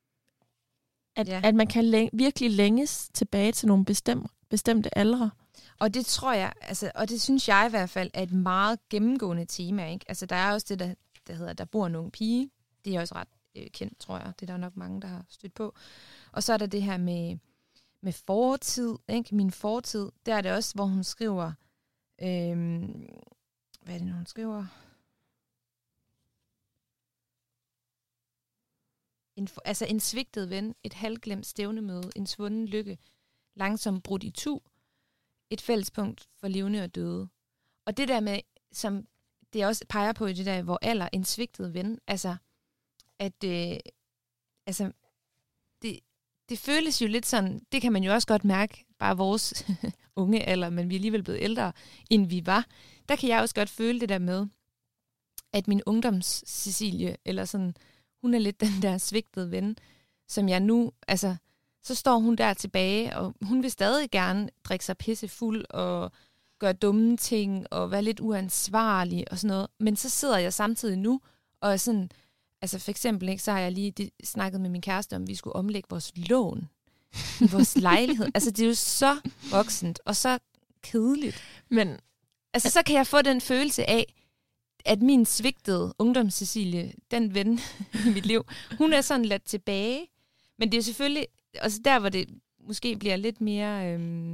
at, ja. at man kan læ- virkelig længes tilbage til nogle bestem- bestemte aldre. Og det tror jeg, altså, og det synes jeg i hvert fald, er et meget gennemgående tema, ikke? Altså, der er også det, der, der hedder, der bor en ung pige. Det er også ret øh, kendt, tror jeg. Det er der nok mange, der har stødt på. Og så er der det her med, med fortid, ikke? Min fortid. Der er det også, hvor hun skriver, øhm, hvad er det nu, hun skriver? En, altså en svigtet ven, et halvglemt stævnemøde, en svunden lykke, langsomt brudt i tu, et fællespunkt for levende og døde. Og det der med, som det også peger på i det der, hvor alder, en svigtet ven, altså, at øh, altså, det, det føles jo lidt sådan, det kan man jo også godt mærke, bare vores unge alder, men vi er alligevel blevet ældre, end vi var. Der kan jeg også godt føle det der med, at min ungdoms Cecilie, eller sådan, hun er lidt den der svigtede ven, som jeg nu, altså, så står hun der tilbage, og hun vil stadig gerne drikke sig pissefuld og gøre dumme ting og være lidt uansvarlig og sådan noget. Men så sidder jeg samtidig nu og er sådan, altså for eksempel, ikke, så har jeg lige de, snakket med min kæreste om, at vi skulle omlægge vores lån i vores lejlighed. Altså det er jo så voksent og så kedeligt. Men altså så kan jeg få den følelse af, at min svigtede ungdoms-Cecilie, den ven i mit liv, hun er sådan ladt tilbage. Men det er jo selvfølgelig, altså der hvor det måske bliver lidt mere, øhm,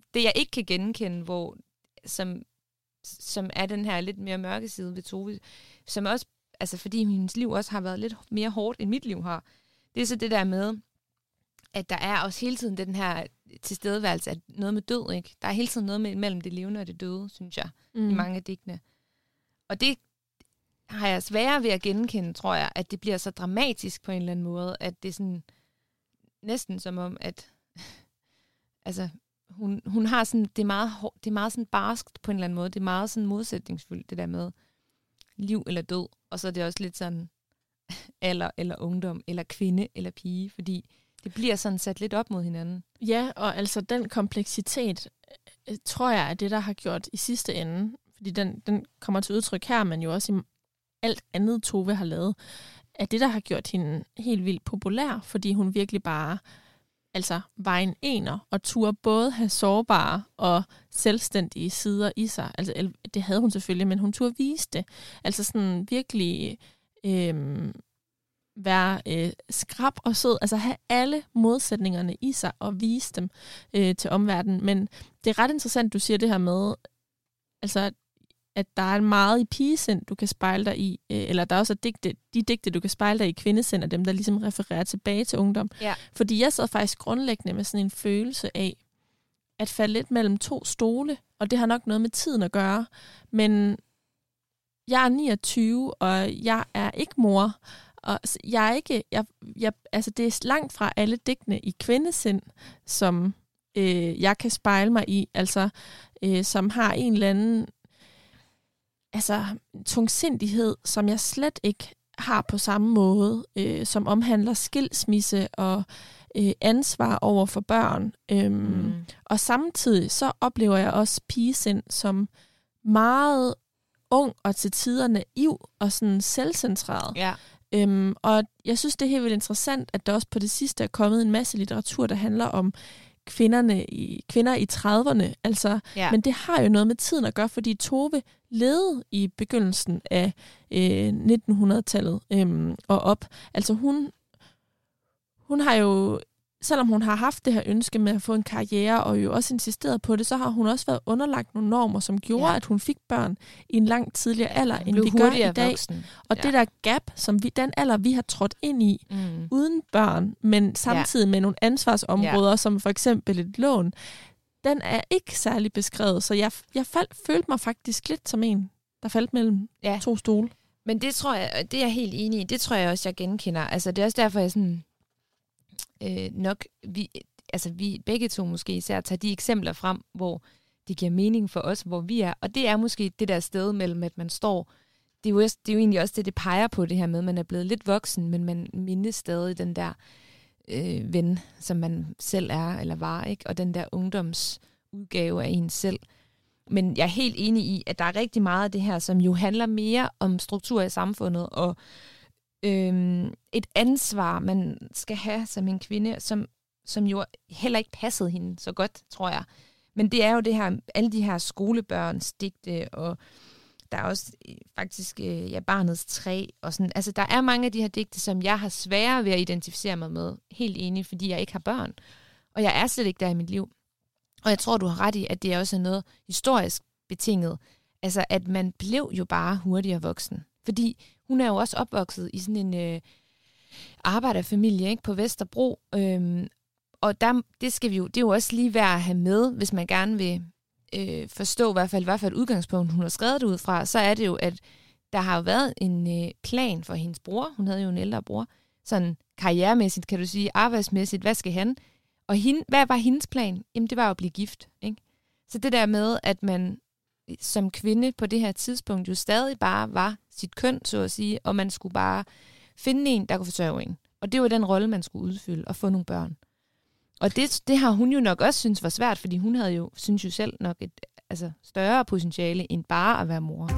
det, jeg ikke kan genkende, hvor, som, som er den her lidt mere mørke side ved Tove, som også, altså fordi hendes liv også har været lidt mere hårdt, end mit liv har, det er så det der med, at der er også hele tiden den her tilstedeværelse af noget med død, ikke? Der er hele tiden noget med, mellem det levende og det døde, synes jeg, mm. i mange af digtene. Og det har jeg sværere ved at genkende, tror jeg, at det bliver så dramatisk på en eller anden måde, at det er sådan næsten som om, at altså, hun, hun har sådan, det er meget, det er meget sådan barskt på en eller anden måde, det er meget sådan modsætningsfuldt, det der med liv eller død, og så er det også lidt sådan alder eller ungdom, eller kvinde eller pige, fordi det bliver sådan sat lidt op mod hinanden. Ja, og altså den kompleksitet, tror jeg, er det, der har gjort i sidste ende, fordi den, den kommer til udtryk her, men jo også i alt andet, Tove har lavet, er det, der har gjort hende helt vildt populær, fordi hun virkelig bare altså var en ener, og turde både have sårbare og selvstændige sider i sig. Altså, det havde hun selvfølgelig, men hun turde vise det. Altså sådan virkelig øh, være øh, skrap og sød, altså have alle modsætningerne i sig og vise dem øh, til omverdenen. Men det er ret interessant, du siger det her med, altså at der er meget i pigesind, du kan spejle dig i, øh, eller der er også digte, de digte, du kan spejle dig i kvindesind, og dem, der ligesom refererer tilbage til ungdom. Ja. Fordi jeg sad faktisk grundlæggende med sådan en følelse af, at falde lidt mellem to stole, og det har nok noget med tiden at gøre, men jeg er niogtyve, og jeg er ikke mor, og jeg er ikke, jeg, jeg, altså det er langt fra alle digtene i kvindesind, som øh, jeg kan spejle mig i, altså øh, som har en eller anden altså tungsindighed, som jeg slet ikke har på samme måde, øh, som omhandler skilsmisse og øh, ansvar over for børn. Øhm, mm. Og samtidig så oplever jeg også pigesind som meget ung og til tider naiv og sådan selvcentreret. Ja. Øhm, og jeg synes, det er helt vildt interessant, at der også på det sidste er kommet en masse litteratur, der handler om kvinderne i, kvinder i trediverne. Altså, ja. Men det har jo noget med tiden at gøre, fordi Tove levede i begyndelsen af øh, nitten hundrede-tallet øh, og op. Altså hun, hun har jo, selvom hun har haft det her ønske med at få en karriere, og jo også insisteret på det, så har hun også været underlagt nogle normer, som gjorde, ja. At hun fik børn i en langt tidligere alder, end vi gør i dag. Voksen. Og ja. Det der gap, som vi, den alder, vi har trådt ind i, mm. uden børn, men samtidig ja. Med nogle ansvarsområder, ja. Som for eksempel et lån, den er ikke særlig beskrevet. Så jeg, jeg faldt, følte mig faktisk lidt som en, der faldt mellem ja. To stole. Men det tror jeg, det er jeg helt enig i. Det tror jeg også, jeg genkender. Altså det er også derfor, jeg sådan øh, nok, vi, altså vi begge to måske især tager de eksempler frem, hvor det giver mening for os, hvor vi er. Og det er måske det der sted mellem, at man står. Det er jo, det er jo egentlig også det, det peger på det her med, at man er blevet lidt voksen, men man mindes stadig den der øh, ven, som man selv er eller var, ikke? Og den der ungdomsudgave af en selv. Men jeg er helt enig i, at der er rigtig meget af det her, som jo handler mere om struktur i samfundet, og øhm, et ansvar, man skal have som en kvinde, som, som jo heller ikke passede hende så godt, tror jeg. Men det er jo det her, alle de her skolebørns digte, og der er også faktisk øh, ja, Barnets træ, og sådan. Altså, der er mange af de her digte, som jeg har sværere ved at identificere mig med, helt enig, fordi jeg ikke har børn. Og jeg er slet ikke der i mit liv. Og jeg tror, du har ret i, at det også er noget historisk betinget. Altså, at man blev jo bare hurtigere voksen. Fordi hun er jo også opvokset i sådan en øh, arbejderfamilie, ikke, på Vesterbro. Øhm, og der, det, skal vi jo, det er jo også lige værd at have med, hvis man gerne vil øh, forstå, i hvert fald, i hvert fald et udgangspunkt, hun har skrevet det ud fra, så er det jo, at der har jo været en øh, plan for hendes bror. Hun havde jo en ældre bror. Sådan karrieremæssigt, kan du sige, arbejdsmæssigt, hvad skal han? Og hende, hvad var hendes plan? Jamen, det var jo at blive gift, ikke? Så det der med, at man som kvinde på det her tidspunkt jo stadig bare var sit køn, så at sige, og man skulle bare finde en, der kunne forsørge en. Og det var den rolle, man skulle udfylde, og få nogle børn. Og det, det har hun jo nok også synes var svært, fordi hun havde jo, synes jo selv, nok et altså, større potentiale end bare at være mor.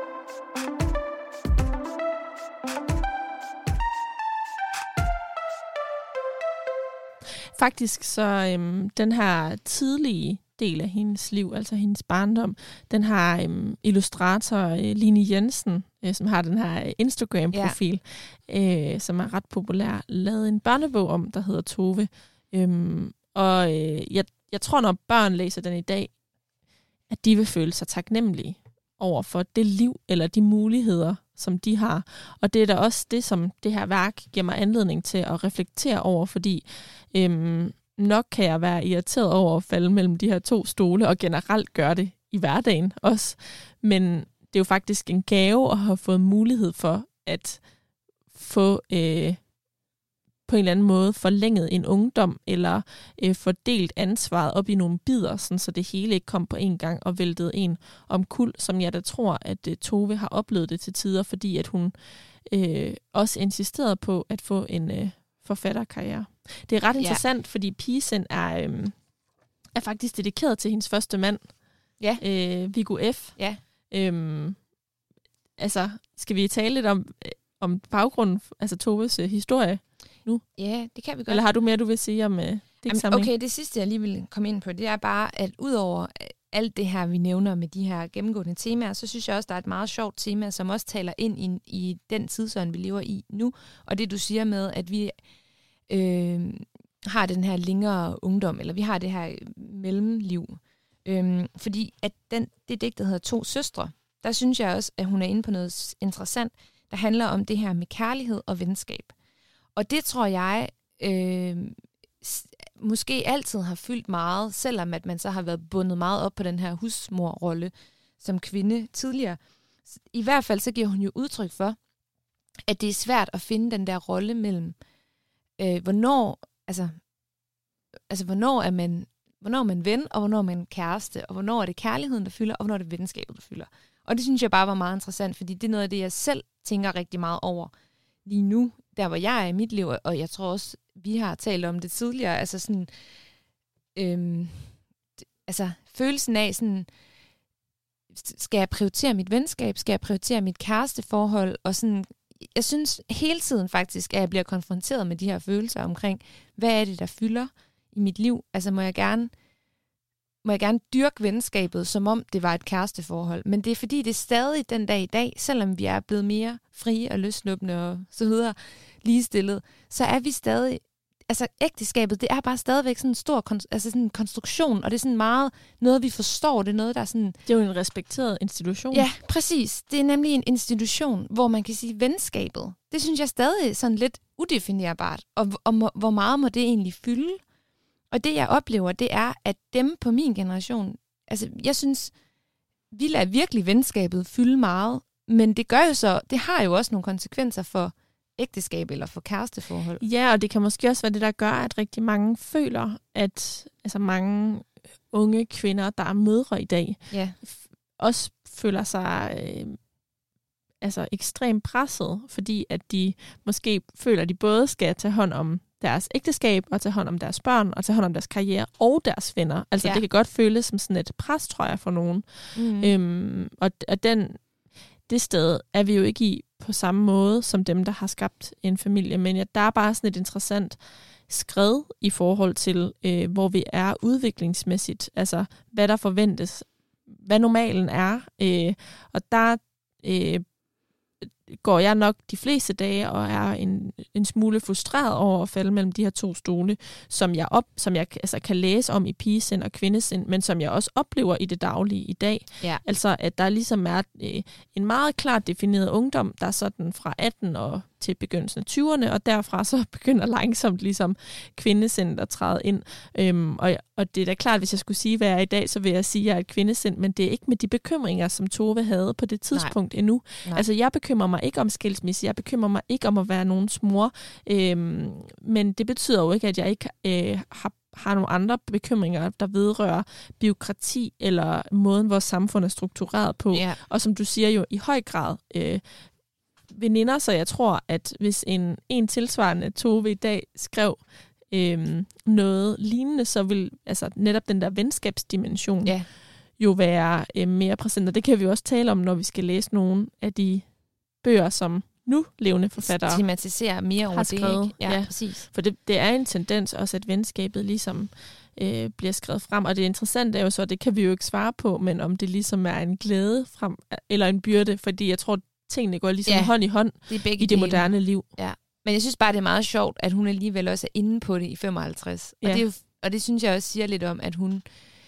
Faktisk så øhm, den her tidlige del af hendes liv, altså hendes barndom, den har øhm, illustrator øh, Line Jensen, øh, som har den her Instagram-profil, ja. øh, som er ret populær, lavet en børnebog om, der hedder Tove. Øhm, Og øh, jeg, jeg tror, når børn læser den i dag, at de vil føle sig taknemmelige over for det liv eller de muligheder, som de har. Og det er da også det, som det her værk giver mig anledning til at reflektere over, fordi øhm, nok kan jeg være irriteret over at falde mellem de her to stole, og generelt gøre det i hverdagen også. Men det er jo faktisk en gave at have fået mulighed for at få øh, på en eller anden måde forlænget en ungdom, eller øh, fordelt ansvaret op i nogle bidder, sådan, så det hele ikke kom på en gang og væltede en omkuld, som jeg da tror, at øh, Tove har oplevet det til tider, fordi at hun øh, også insisterede på at få en øh, forfatterkarriere. Det er ret ja. interessant, fordi Pigesind er, øh, er faktisk dedikeret til hendes første mand, ja. øh, Viggo F. Ja. Øhm, altså, skal vi tale lidt om, om baggrunden, altså Toves øh, historie nu? Ja, det kan vi godt. Eller har du mere, du vil sige om øh, digtsamling? Okay, det sidste, jeg lige vil komme ind på, det er bare, at udover alt det her, vi nævner med de her gennemgående temaer, så synes jeg også, der er et meget sjovt tema, som også taler ind i, i den tidsånd, vi lever i nu. Og det, du siger med, at vi øh, har den her længere ungdom, eller vi har det her mellemliv. Øh, fordi at den, det digt, der hedder To Søstre, der synes jeg også, at hun er inde på noget interessant, der handler om det her med kærlighed og venskab. Og det tror jeg øh, måske altid har fyldt meget, selvom at man så har været bundet meget op på den her husmorrolle som kvinde tidligere. I hvert fald så giver hun jo udtryk for, at det er svært at finde den der rolle mellem, øh, hvornår, altså, altså hvornår er man, hvornår er man ven, og hvornår er man kæreste, og hvornår er det kærligheden, der fylder, og hvornår er det venskabet, der fylder. Og det synes jeg bare var meget interessant, fordi det er noget af det, jeg selv tænker rigtig meget over lige nu, der hvor jeg er i mit liv, og jeg tror også, vi har talt om det tidligere, altså sådan, øhm, altså følelsen af sådan, skal jeg prioritere mit venskab, skal jeg prioritere mit kæresteforhold, og sådan, jeg synes hele tiden faktisk, at jeg bliver konfronteret med de her følelser omkring, hvad er det, der fylder i mit liv, altså må jeg gerne, må jeg gerne dyrke venskabet, som om det var et kæresteforhold. Men det er fordi, det er stadig den dag i dag, selvom vi er blevet mere frie og løsnuppende og så videre ligestillet, så er vi stadig, altså ægteskabet, det er bare stadigvæk sådan en stor altså sådan en konstruktion, og det er sådan meget noget, vi forstår, det er noget, der er sådan... Det er jo en respekteret institution. Ja, præcis. Det er nemlig en institution, hvor man kan sige venskabet. Det synes jeg stadig er sådan lidt udefinerbart, og, og hvor meget må det egentlig fylde? Og det, jeg oplever, det er, at dem på min generation, altså jeg synes, vi lader virkelig venskabet fylde meget, men det gør jo så, det har jo også nogle konsekvenser for ægteskab eller for kæresteforhold. Ja, og det kan måske også være det, der gør, at rigtig mange føler, at altså mange unge kvinder, der er mødre i dag, ja. også føler sig øh, altså ekstremt presset, fordi at de måske føler, at de både skal tage hånd om deres ægteskab, og tage hånd om deres børn, og tage hånd om deres karriere, og deres venner. Altså, ja. Det kan godt føles som sådan et pres, tror jeg, for nogen. Mm. Øhm, og og den, det sted er vi jo ikke i på samme måde, som dem, der har skabt en familie. Men ja, der er bare sådan et interessant skred i forhold til, øh, hvor vi er udviklingsmæssigt. Altså, hvad der forventes. Hvad normalen er. Øh, og der øh, går jeg nok de fleste dage og er en, en smule frustreret over at falde mellem de her to stole, som jeg, op, som jeg altså, kan læse om i pigesind og kvindesind, men som jeg også oplever i det daglige i dag. Ja. Altså, at der ligesom er øh, en meget klart defineret ungdom, der er sådan fra atten og til begyndelsen af tyverne, og derfra så begynder langsomt ligesom kvindesind at træde ind. Øhm, og, og det er da klart, hvis jeg skulle sige, hvad jeg er i dag, så vil jeg sige, at jeg er et kvindesind, men det er ikke med de bekymringer, som Tove havde på det tidspunkt Nej. endnu. Nej. Altså, jeg bekymrer mig ikke om skilsmisse, jeg bekymrer mig ikke om at være nogens mor, øhm, men det betyder jo ikke, at jeg ikke øh, har har nogle andre bekymringer, der vedrører bureaukrati eller måden, vores samfund er struktureret på. Ja. Og som du siger jo, i høj grad øh, veninder, så jeg tror, at hvis en, en tilsvarende Tove i dag skrev øh, noget lignende, så vil altså, netop den der venskabsdimension ja. jo være øh, mere præsent. Og det kan vi også tale om, når vi skal læse nogle af de bøger, som nu levende forfattere tematiserer mere over det, ikke? Ja, ja, præcis. For det, det er en tendens også, at venskabet ligesom øh, bliver skrevet frem. Og det interessante er jo så, det kan vi jo ikke svare på, men om det ligesom er en glæde frem, eller en byrde, fordi jeg tror, tingene går ligesom ja, hånd i hånd det i det dele. moderne liv. Ja. Men jeg synes bare, det er meget sjovt, at hun alligevel også er inde på det i femoghalvtreds. Ja. Og det er jo og det synes jeg også siger lidt om, at hun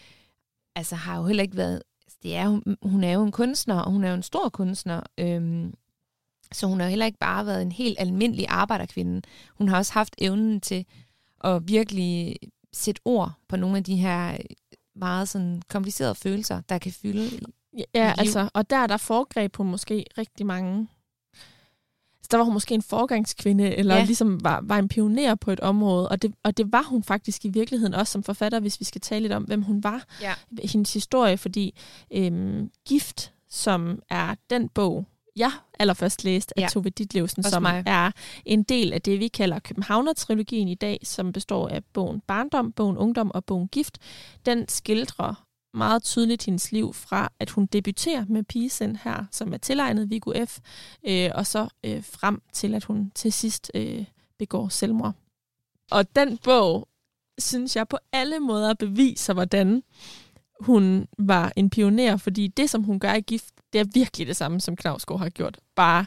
altså har jo heller ikke været, det er, hun, hun er jo en kunstner, og hun er jo en stor kunstner, øhm, så hun har heller ikke bare været en helt almindelig arbejderkvinde. Hun har også haft evnen til at virkelig sætte ord på nogle af de her meget sådan komplicerede følelser, der kan fylde i, ja, i altså, og der der foregreb hun måske rigtig mange. Altså, der var hun måske en foregangskvinde, eller ja. ligesom var, var en pioner på et område, og det, og det var hun faktisk i virkeligheden også som forfatter, hvis vi skal tale lidt om, hvem hun var. Ja. Hendes historie, fordi øhm, Gift, som er den bog, jeg allerførst læste af ja. Tove Ditlevsen, som mig. er en del af det, vi kalder Københavner-trilogien i dag, som består af bogen Barndom, bogen Ungdom og bogen Gift. Den skildrer meget tydeligt hendes liv fra, at hun debuterer med Pigesind her, som er tilegnet Viggo F., øh, og så øh, frem til, at hun til sidst øh, begår selvmord. Og den bog, synes jeg på alle måder beviser, hvordan hun var en pioner, fordi det, som hun gør i Gift, det er virkelig det samme, som Knausgård har gjort. Bare,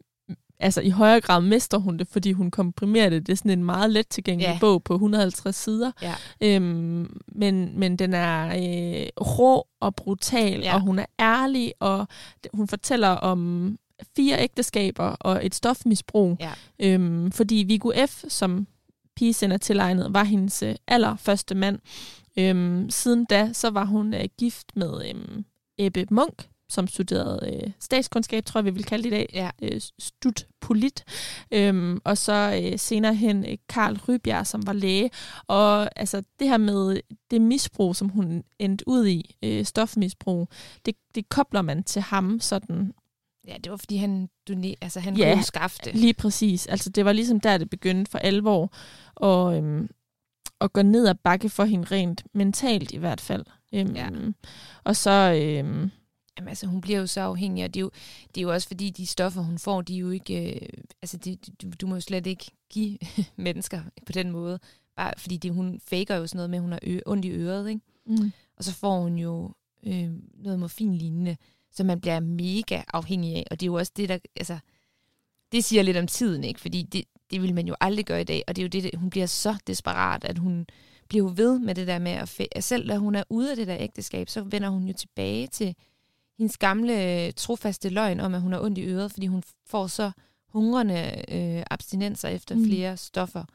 altså i højere grad mester hun det, fordi hun komprimerer det. Det er sådan en meget let tilgængelig yeah. bog på et hundrede og halvtreds sider. Yeah. Øhm, men, men den er øh, rå og brutal, yeah. og hun er ærlig, og hun fortæller om fire ægteskaber og et stofmisbrug. Yeah. Øhm, fordi Viggo F., som Pigesind er tilegnet, var hendes øh, allerførste mand. Øhm, siden da, så var hun øh, gift med øh, Ebbe Munk, som studerede øh, statskundskab, tror jeg, vi vil kalde det i dag. Ja. Øh, stud polit. Øhm, og så øh, senere hen øh, Karl Rybjerg, som var læge. Og altså, det her med det misbrug, som hun endte ud i, øh, stofmisbrug, det, det kobler man til ham sådan. Ja, det var fordi han, du, altså, han ja, kunne skaffe det. Lige præcis. Altså, det var ligesom der, det begyndte for alvor. Og øhm, at gå ned ad bakke for hende rent mentalt i hvert fald. Øhm, ja. Og så... Øhm, Jamen, altså, hun bliver jo så afhængig, og det er jo, det er jo også fordi, de stoffer, hun får, de er jo ikke... Øh, altså, de, du, du må jo slet ikke give mennesker på den måde, bare fordi det, hun faker jo sådan noget med, at hun har ø- ondt i øret, ikke? Mm. Og så får hun jo øh, noget morfinlignende, som man bliver mega afhængig af, og det er jo også det, der... Altså, det siger lidt om tiden, ikke? Fordi det, det vil man jo aldrig gøre i dag, og det er jo det, hun bliver så desperat, at hun bliver jo ved med det der med, at, at selv da hun er ude af det der ægteskab, så vender hun jo tilbage til hendes gamle trofaste løgn om, at hun har ondt i øret, fordi hun får så hungrende øh, abstinenser efter mm. flere stoffer.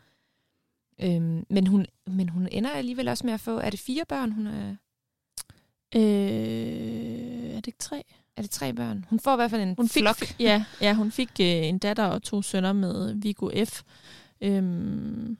Øhm, men, hun, men hun ender alligevel også med at få, er det fire børn, hun er? Øh, er det ikke tre? Er det tre børn? Hun får i hvert fald en hun fik, flok. Ja, ja, hun fik øh, en datter og to sønner med Viggo F. Øhm,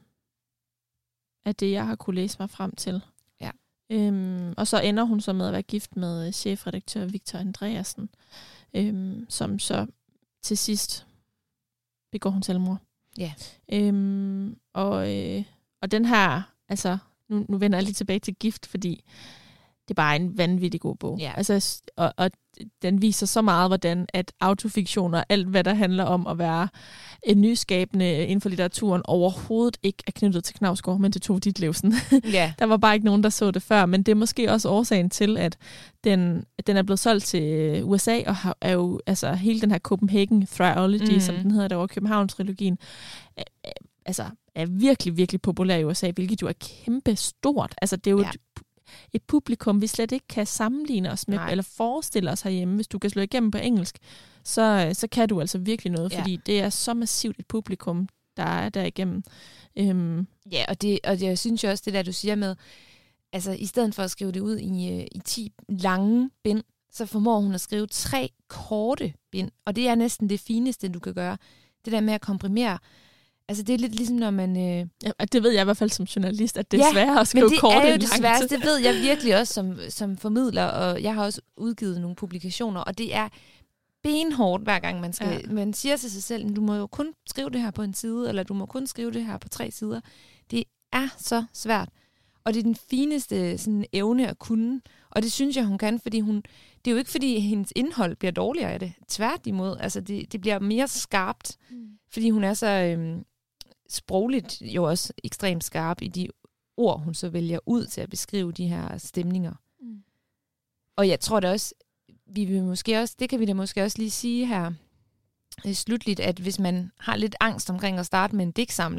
af det, jeg har kunne læse mig frem til. Ja. Øhm, og så ender hun så med at være gift med chefredaktør Victor Andreasen, øhm, som så til sidst begår hun selvmord. Ja. Øhm, og, øh, og den her, altså, nu, nu vender jeg lige tilbage til Gift, fordi det er bare en vanvittig god bog. Ja. Altså, og, og den viser så meget, hvordan at autofiktion og alt, hvad der handler om at være en nyskabende inden for litteraturen, overhovedet ikke er knyttet til Knausgård, men til Tove Ditlevsen. Ja. Der var bare ikke nogen, der så det før, men det er måske også årsagen til, at den, den er blevet solgt til U S A, og har, er jo altså hele den her Copenhagen Trilogy, mm. som den hedder derovre, København-trilogien, er, er, altså er virkelig, virkelig populær i U S A, hvilket jo er kæmpe stort. Altså det er jo ja. et et publikum, vi slet ikke kan sammenligne os med, Nej. eller forestille os herhjemme. Hvis du kan slå igennem på engelsk, så, så kan du altså virkelig noget, ja. fordi det er så massivt et publikum, der er derigennem. Øhm. Ja, og, det, og jeg synes jo også, det der, du siger med, altså i stedet for at skrive det ud i, i ti lange bind, så formår hun at skrive tre korte bind, og det er næsten det fineste, du kan gøre. Det der med at komprimere. Altså, det er lidt ligesom, når man... Øh... Ja, det ved jeg i hvert fald som journalist, at det er ja, sværere at skrive kort end lang tid. Men det er jo det sværeste, det ved jeg virkelig også som, som formidler, og jeg har også udgivet nogle publikationer, og det er benhårdt, hver gang man skal... Ja. Man siger til sig selv, du må jo kun skrive det her på en side, eller du må kun skrive det her på tre sider. Det er så svært. Og det er den fineste sådan, evne at kunne, og det synes jeg, hun kan, fordi hun... Det er jo ikke, fordi hendes indhold bliver dårligere af det. Tværtimod, altså det, det bliver mere skarpt, mm. fordi hun er så... Øh, sprogligt jo også ekstremt skarp i de ord, hun så vælger ud til at beskrive de her stemninger. Mm. Og jeg tror da også, vi vil måske også, det kan vi da måske også lige sige her slutligt, at hvis man har lidt angst omkring at starte med en digtsamling,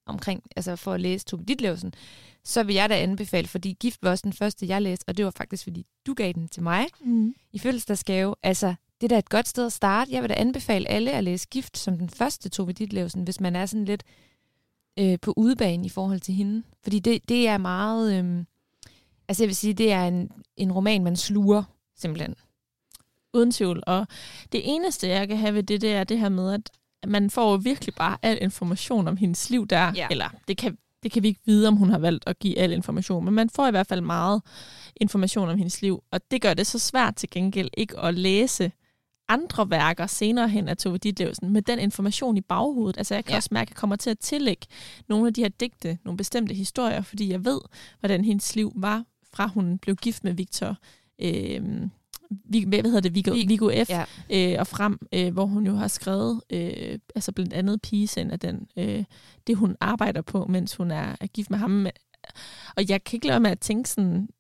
omkring, altså for at læse Tove Ditlevsen, så vil jeg da anbefale, fordi Gift var også den første, jeg læste, og det var faktisk, fordi du gav den til mig mm. i fødselsdagsgave. Altså, det er da et godt sted at starte. Jeg vil da anbefale alle at læse Gift som den første Tove Ditlevsen, hvis man er sådan lidt øh, på udebane i forhold til hende. Fordi det, det er meget, øh, altså jeg vil sige, det er en, en roman, man sluger simpelthen. Uden tvivl. Og det eneste, jeg kan have ved det, det er det her med, at man får virkelig bare al information om hendes liv der. Ja. Eller det kan, det kan vi ikke vide, om hun har valgt at give al information, men man får i hvert fald meget information om hendes liv. Og det gør det så svært til gengæld ikke at læse andre værker senere hen af Tove Ditlevsen med den information i baghovedet. Altså jeg kan ja. også mærke, at jeg kommer til at tillægge nogle af de her digte, nogle bestemte historier, fordi jeg ved, hvordan hendes liv var, fra hun blev gift med Victor øh, hvad hedder det, Viggo, Viggo F. Ja. Øh, og frem, øh, hvor hun jo har skrevet, øh, altså blandt andet Pigesind af den, øh, det hun arbejder på, mens hun er, er gift med ham. Og jeg kan ikke lade med at tænke sådan,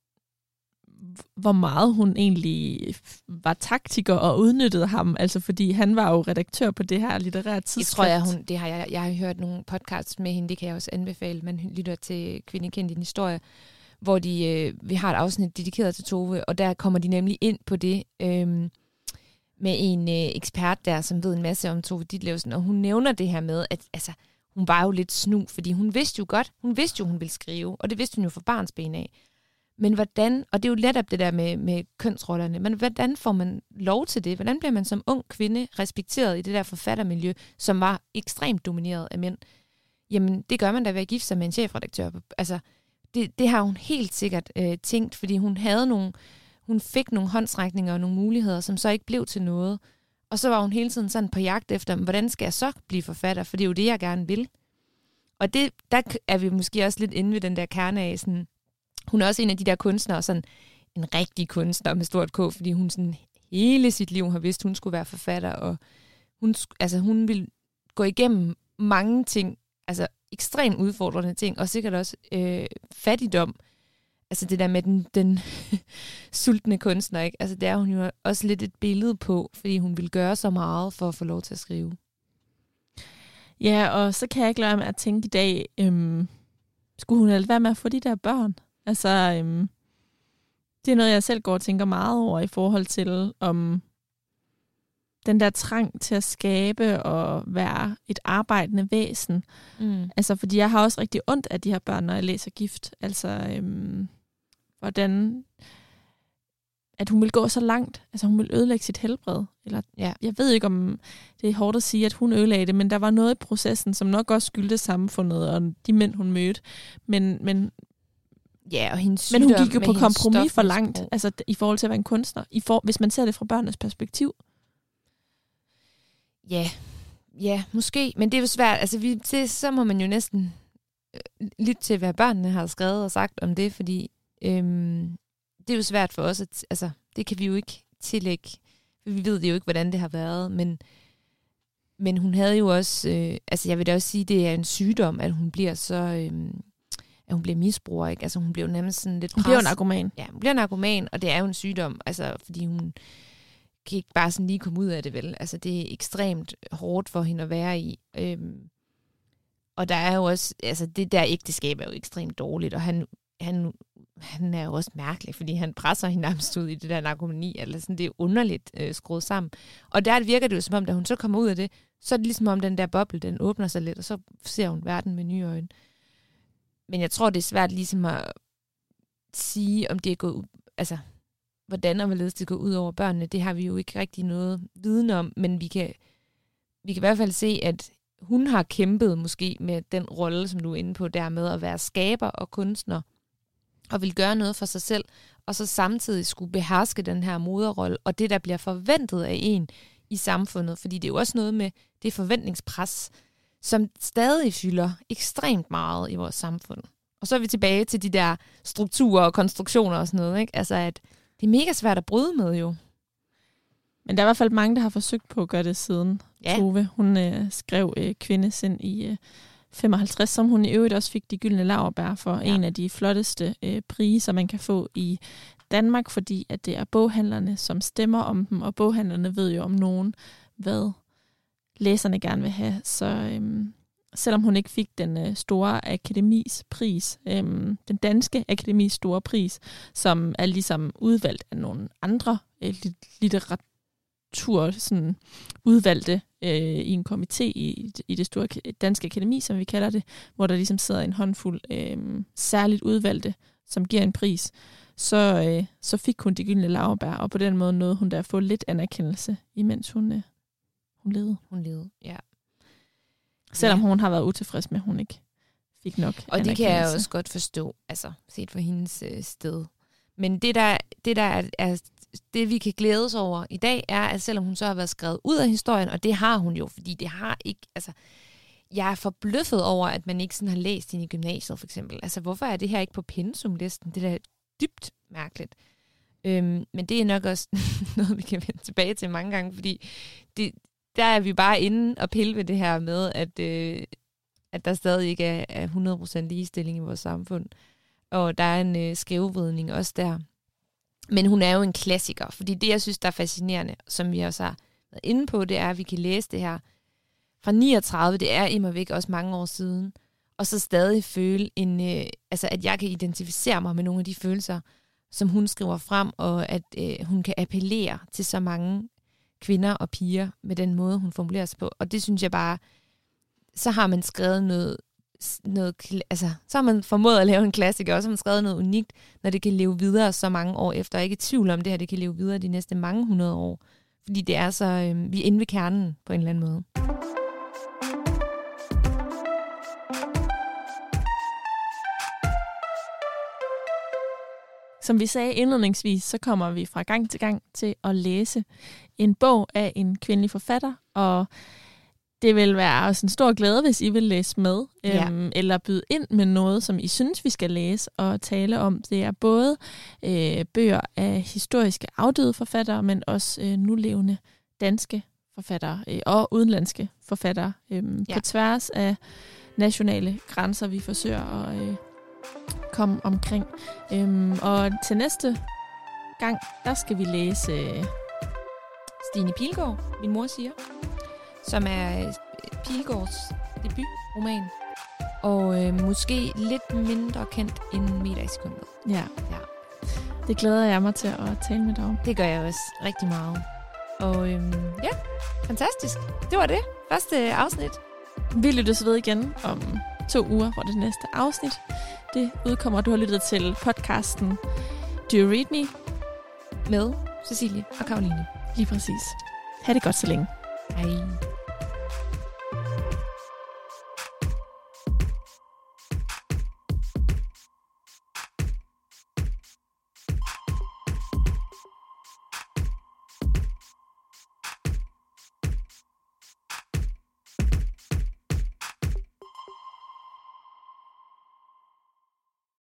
hvor meget hun egentlig var taktiker og udnyttede ham, altså fordi han var jo redaktør på det her litterære tidsskrift. Jeg tror, jeg, hun, det har jeg, jeg har hørt nogle podcasts med hende, det kan jeg også anbefale, man lytter til Kvinde kendt din historie, hvor de, øh, vi har et afsnit dedikeret til Tove, og der kommer de nemlig ind på det øh, med en øh, ekspert der, som ved en masse om Tove Ditlevsen, og hun nævner det her med, at altså, hun var jo lidt snu, fordi hun vidste jo godt, hun vidste jo, hun ville skrive, og det vidste hun jo fra barnsben af. Men hvordan, og det er jo netop det der med, med kønsrollerne, men hvordan får man lov til det? Hvordan bliver man som ung kvinde respekteret i det der forfattermiljø, som var ekstremt domineret af mænd? Jamen, det gør man da ved at gifte sig med en chefredaktør. Altså, det, det har hun helt sikkert øh, tænkt, fordi hun havde nogle, hun fik nogle håndsrækninger og nogle muligheder, som så ikke blev til noget. Og så var hun hele tiden sådan på jagt efter, hvordan skal jeg så blive forfatter? For det er jo det, jeg gerne vil. Og det, der er vi måske også lidt inde ved den der kerne af sådan, hun er også en af de der kunstnere, sådan en rigtig kunstner med stort K, fordi hun sådan hele sit liv har vidst, hun skulle være forfatter, og hun, altså hun ville gå igennem mange ting, altså ekstremt udfordrende ting, og sikkert også øh, fattigdom. Altså det der med den, den sultne kunstner, ikke? Altså det er hun jo også lidt et billede på, fordi hun ville gøre så meget for at få lov til at skrive. Ja, og så kan jeg ikke lade med at tænke i dag, øhm, skulle hun altså være med at få de der børn? Altså, øhm, det er noget, jeg selv går og tænker meget over i forhold til, om den der trang til at skabe og være et arbejdende væsen. Mm. Altså, fordi jeg har også rigtig ondt af de her børn, når jeg læser Gift. Altså, øhm, hvordan at hun vil gå så langt. Altså, hun vil ødelægge sit helbred. Eller, ja. Jeg ved ikke, om det er hårdt at sige, at hun ødelagde det, men der var noget i processen, som nok også skyldte samfundet og de mænd, hun mødte. Men, men Ja, og hendes sygdom, men hun gik jo på kompromis for langt, altså i forhold til at være en kunstner, i for, hvis man ser det fra børnenes perspektiv. Ja, ja, måske, men det er jo svært. Altså, vi, det, så må man jo næsten øh, lytte til, hvad børnene har skrevet og sagt om det, fordi øhm, det er jo svært for os, at, altså, det kan vi jo ikke tillægge, for vi ved det jo ikke, hvordan det har været, men, men hun havde jo også, øh, altså jeg vil da også sige, det er en sygdom, at hun bliver så... Øh, at hun bliver misbruger, ikke? Altså hun bliver jo nærmest sådan lidt Hun bliver jo narkoman. Ja, hun bliver narkoman, og det er jo en sygdom, altså fordi hun kan ikke bare sådan lige komme ud af det, vel? Altså det er ekstremt hårdt for hende at være i. Øhm, og der er jo også, altså det der ægteskab er jo ekstremt dårligt, og han, han, han er jo også mærkelig, fordi han presser hende nærmest ud i det der narkomani, eller sådan, det er underligt øh, skruet sammen. Og der virker det jo som om, da hun så kommer ud af det, så er det ligesom om den der boble, den åbner sig lidt, og så ser hun verden med nye øjne. Men jeg tror, det er svært ligesom at sige, om det er gået, altså, hvordan og hvorledes det går ud over børnene. Det har vi jo ikke rigtig noget viden om, men vi kan, vi kan i hvert fald se, at hun har kæmpet måske med den rolle, som du er inde på, der med at være skaber og kunstner, og vil gøre noget for sig selv, og så samtidig skulle beherske den her moderrolle, og det, der bliver forventet af en i samfundet, fordi det er jo også noget med det forventningspres, som stadig fylder ekstremt meget i vores samfund. Og så er vi tilbage til de der strukturer og konstruktioner og sådan noget, ikke? Altså, at det er mega svært at bryde med, jo. Men der er i hvert fald mange, der har forsøgt på at gøre det siden. Ja. Tove, hun øh, skrev øh, Kvindesind i øh, femoghalvtreds, som hun i øvrigt også fik de gyldne laurbær for, ja. En af de flotteste øh, priser, man kan få i Danmark, fordi at det er boghandlerne, som stemmer om dem, og boghandlerne ved jo om nogen, hvad læserne gerne vil have. Så øhm, selvom hun ikke fik den øh, store akademis pris, øh, den danske akademis store pris, som er ligesom udvalgt af nogle andre øh, litteratur, sådan udvalgte øh, i en komité i, i det store danske akademi, som vi kalder det, hvor der ligesom sidder en håndfuld øh, særligt udvalgte, som giver en pris, så, øh, så fik hun de gyldne laurbær, og på den måde nåede hun der at få lidt anerkendelse, imens hun, øh, hun levede. Hun levede, ja. Selvom ja. hun har været utilfreds med, at hun ikke fik nok og det kan jeg også godt forstå, altså set fra hendes øh, sted. Men det, der, det, der er, er, det, vi kan glæde os over i dag, er, at selvom hun så har været skrevet ud af historien, og det har hun jo, fordi det har ikke, altså, jeg er forbløffet over, at man ikke sådan har læst hende i gymnasiet, for eksempel. Altså, hvorfor er det her ikke på pensumlisten? Det er da dybt mærkeligt. Øhm, men det er nok også noget, vi kan vende tilbage til mange gange, fordi det, der er vi bare inde og pille ved det her med, at, øh, at der stadig ikke er, er hundrede procent ligestilling i vores samfund. Og der er en øh, skævvridning også der. Men hun er jo en klassiker, fordi det, jeg synes, der er fascinerende, som vi også har været inde på, det er, at vi kan læse det her fra niogtredive, det er immer væk også mange år siden, og så stadig føle, en, øh, altså, at jeg kan identificere mig med nogle af de følelser, som hun skriver frem, og at øh, hun kan appellere til så mange kvinder og piger med den måde, hun formulerer sig på. Og det synes jeg bare, så har man skrevet noget, noget altså, så har man formået at lave en klassiker, og så har man skrevet noget unikt, når det kan leve videre så mange år efter. Jeg er ikke i tvivl om det her, det kan leve videre de næste mange hundrede år. Fordi det er så, øh, vi er inde ved kernen på en eller anden måde. Som vi sagde indledningsvis, så kommer vi fra gang til gang til at læse en bog af en kvindelig forfatter, og det vil være også en stor glæde, hvis I vil læse med, ja. øhm, eller byde ind med noget, som I synes, vi skal læse og tale om. Det er både øh, bøger af historiske afdøde forfattere, men også øh, nulevende danske forfattere øh, og udenlandske forfattere øh, ja. på tværs af nationale grænser, vi forsøger at øh, komme omkring. Øhm, og til næste gang, der skal vi læse øh, Stine Pilgaard, min mor siger, som er Pilgaards debutroman, og øh, måske lidt mindre kendt end Meter i sekundet. Ja. ja, det glæder jeg mig til at tale med dig om. Det gør jeg også rigtig meget. Og øh, ja, fantastisk. Det var det. Første afsnit. Vi lyttes ved igen om to uger, hvor det næste afsnit det udkommer. Du har lyttet til podcasten Do You Read Me? Med Cecilie og Karoline. Lige præcis. Ha' det godt så længe. Hej.